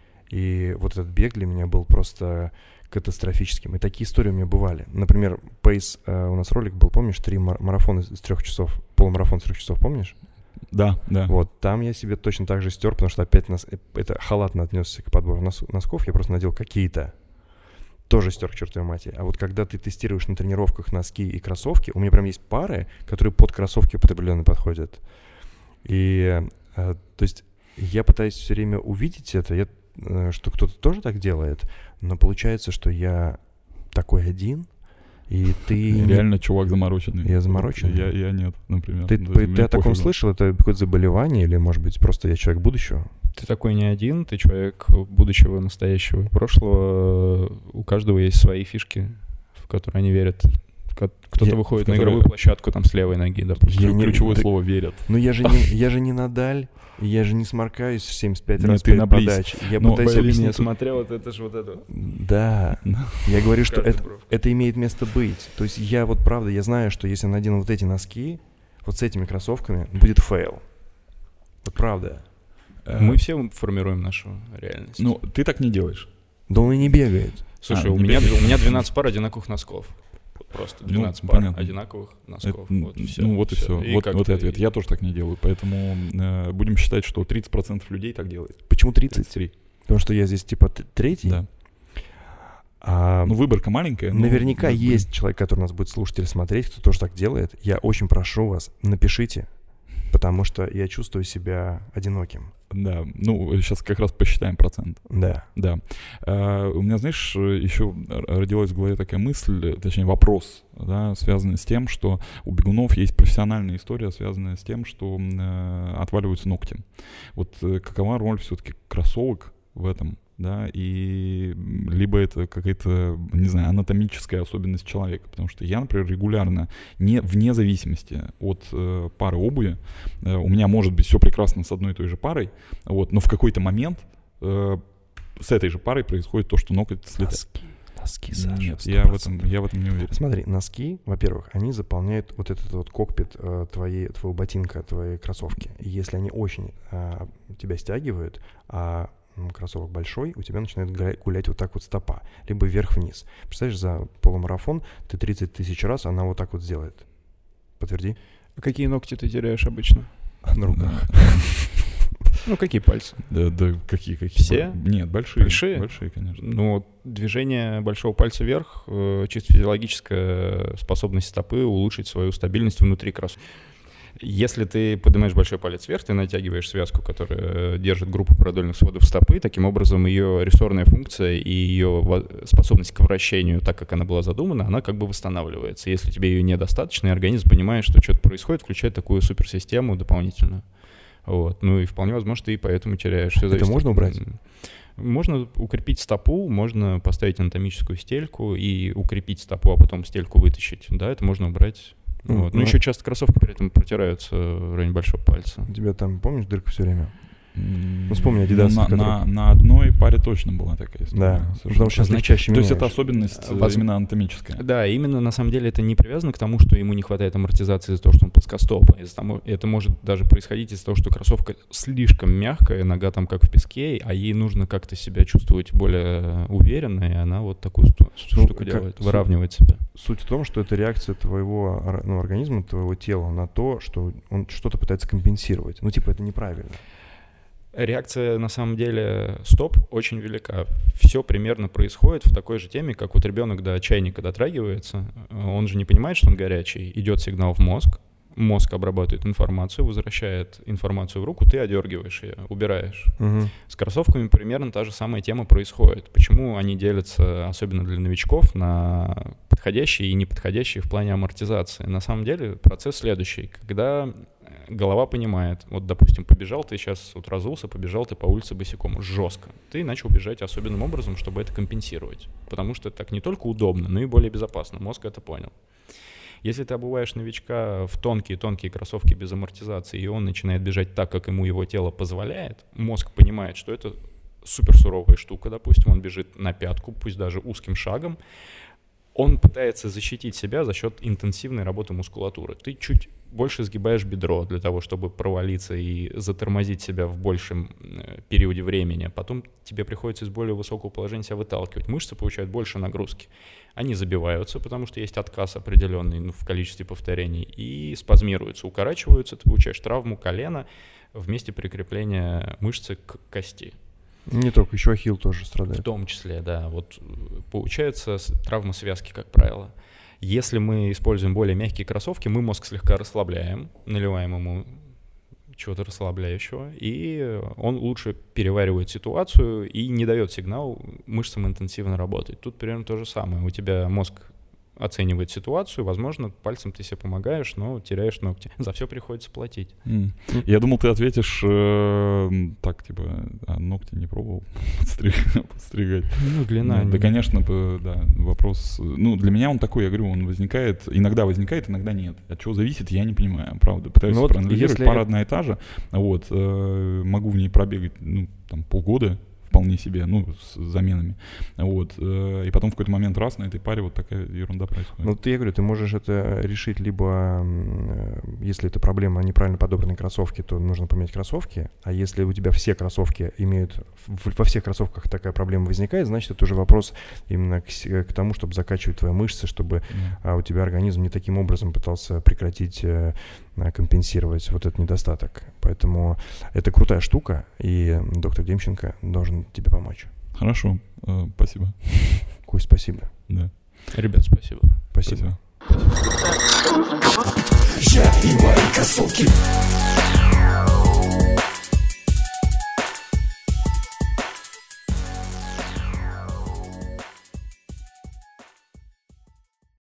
И вот этот бег для меня был просто катастрофическим. И такие истории у меня бывали. Например, пейс, у нас ролик был, помнишь, 3 марафона из 3 часов, полумарафон из 3 часов, помнишь? Да. Вот, там я себе точно так же стер, потому что опять это халатно отнесся к подбору носков, я просто надел какие-то, тоже стер к чертовой матери. А вот когда ты тестируешь на тренировках носки и кроссовки, у меня прям есть пары, которые под кроссовки определенно подходят. И, то есть, я пытаюсь все время увидеть это, что кто-то тоже так делает, но получается, что я такой один, и ты... Реально чувак замороченный. Я замороченный? Я нет, например. Ты о таком слышал? Это какое-то заболевание или, может быть, просто я человек будущего? Ты такой не один, ты человек будущего, настоящего и прошлого. У каждого есть свои фишки, в которые они верят. Кто-то выходит на игровую площадку там с левой ноги, допустим. Ключевое слово «верят». Ну я же не Надаль, я же не сморкаюсь 75 раз перед подачей. Я пытаюсь объяснить. Смотрел, это же вот это. Да, я говорю, что это имеет место быть. То есть я вот правда, я знаю, что если я надену вот эти носки, вот с этими кроссовками, будет фейл. Вот правда. Мы все формируем нашу реальность. Ну, ты так не делаешь. Да он и не бегает. Слушай, у меня 12 пар одинаковых носков. Просто 12 пар одинаковых носков. Вот и все. Вот и ответ. Я тоже так не делаю. Поэтому будем считать, что 30% людей так делают. Почему 30? 33. Потому что я здесь типа третий? Да. Выборка маленькая. Наверняка есть человек, который нас будет слушать или смотреть, кто тоже так делает. Я очень прошу вас, напишите, потому что я чувствую себя одиноким. Да, сейчас как раз посчитаем процент. Да. У меня, знаешь, еще родилась в голове такая мысль, точнее вопрос, да, связанный с тем, что у бегунов есть профессиональная история, связанная с тем, что отваливаются ногти. Вот какова роль все-таки кроссовок в этом? Да, и либо это какая-то, не знаю, анатомическая особенность человека, потому что я, например, регулярно, вне зависимости от пары обуви, у меня может быть все прекрасно с одной и той же парой, но в какой-то момент с этой же парой происходит то, что ноготь слетает. Носки, Саша. Нет, я в этом не уверен. Смотри, носки, во-первых, они заполняют вот этот вот кокпит твоего ботинка, твоей кроссовки. И если они очень тебя стягивают, кроссовок большой, у тебя начинает гулять вот так вот стопа, либо вверх-вниз. Представляешь, за полумарафон ты 30 тысяч раз она вот так вот сделает. Подтверди. А какие ногти ты теряешь обычно? На руках. Какие пальцы? Да, какие? Все? Нет, большие. Большие, конечно. Движение большого пальца вверх, чисто физиологическая способность стопы улучшить свою стабильность внутри кроссовка. Если ты поднимаешь большой палец вверх, ты натягиваешь связку, которая держит группу продольных сводов стопы. Таким образом, ее рессорная функция и ее способность к вращению, так как она была задумана, она как бы восстанавливается. Если тебе ее недостаточно, и организм понимает, что что-то происходит, включает такую суперсистему дополнительную. И вполне возможно, ты и поэтому теряешь. Все это можно убрать? Можно укрепить стопу, можно поставить анатомическую стельку и укрепить стопу, а потом стельку вытащить. Да, это можно убрать. Еще часто кроссовки при этом протираются в районе большого пальца. У тебя там, помнишь, дырка все время? Вспомни Adidas. На одной паре точно была такая история. Да, потому что сейчас чаще меняешь. То есть это особенность именно анатомическая. Да, именно на самом деле это не привязано к тому, что ему не хватает амортизации из-за того, что он плоскостопый. Это может даже происходить из-за того, что кроссовка слишком мягкая, нога там как в песке, а ей нужно как-то себя чувствовать более уверенно, и она вот такую штуку делает, выравнивает себя. Суть в том, что это реакция твоего организма, твоего тела на то, что он что-то пытается компенсировать. Это неправильно. Реакция, на самом деле, стоп очень велика. Все примерно происходит в такой же теме, как вот ребенок до чайника дотрагивается. Он же не понимает, что он горячий. Идет сигнал в мозг. Мозг обрабатывает информацию, возвращает информацию в руку, ты одергиваешь ее, убираешь. Угу. С кроссовками примерно та же самая тема происходит. Почему они делятся, особенно для новичков, на подходящие и неподходящие в плане амортизации? На самом деле процесс следующий. Когда голова понимает, вот, допустим, побежал ты сейчас, вот разулся, побежал ты по улице босиком, жестко. Ты начал бежать особенным образом, чтобы это компенсировать. Потому что это так не только удобно, но и более безопасно. Мозг это понял. Если ты обуваешь новичка в тонкие-тонкие кроссовки без амортизации, и он начинает бежать так, как ему его тело позволяет, мозг понимает, что это суперсуровая штука, допустим, он бежит на пятку, пусть даже узким шагом, он пытается защитить себя за счет интенсивной работы мускулатуры. Ты чуть больше сгибаешь бедро для того, чтобы провалиться и затормозить себя в большем периоде времени. Потом тебе приходится из более высокого положения себя выталкивать. Мышцы получают больше нагрузки. Они забиваются, потому что есть отказ определенный в количестве повторений, и спазмируются, укорачиваются. Ты получаешь травму колена в месте прикрепления мышцы к кости. Не только, еще ахилл тоже страдает. В том числе, да. Вот получается травма связки, как правило. Если мы используем более мягкие кроссовки, мы мозг слегка расслабляем, наливаем ему чего-то расслабляющего, и он лучше переваривает ситуацию и не дает сигнал мышцам интенсивно работать. Тут примерно то же самое. У тебя мозг оценивает ситуацию, возможно, пальцем ты себе помогаешь, но теряешь ногти. За все приходится платить. Я думал, ты ответишь так, типа, ногти не пробовал подстригать. Ну, длина. Да, конечно, да, вопрос... Ну, для меня он такой, я говорю, он иногда возникает, иногда нет. От чего зависит, я не понимаю, правда. Пытаюсь проанализировать, пара одна и та же, вот, могу в ней пробегать, ну, там, полгода, вполне себе, ну, с заменами, вот, и потом в какой-то момент раз на этой паре вот такая ерунда происходит. Ну, я говорю, ты можешь это решить либо, если это проблема неправильно подобранной кроссовки, то нужно поменять кроссовки, а если у тебя все кроссовки имеют, во всех кроссовках такая проблема возникает, значит, это уже вопрос именно к тому, чтобы закачивать твои мышцы, чтобы у тебя организм не таким образом пытался прекратить компенсировать вот этот недостаток. Поэтому это крутая штука, и доктор Демченко должен тебе помочь. Хорошо, спасибо. Кость, спасибо. Да. Ребят, спасибо. Спасибо. Я и мои кроссовки.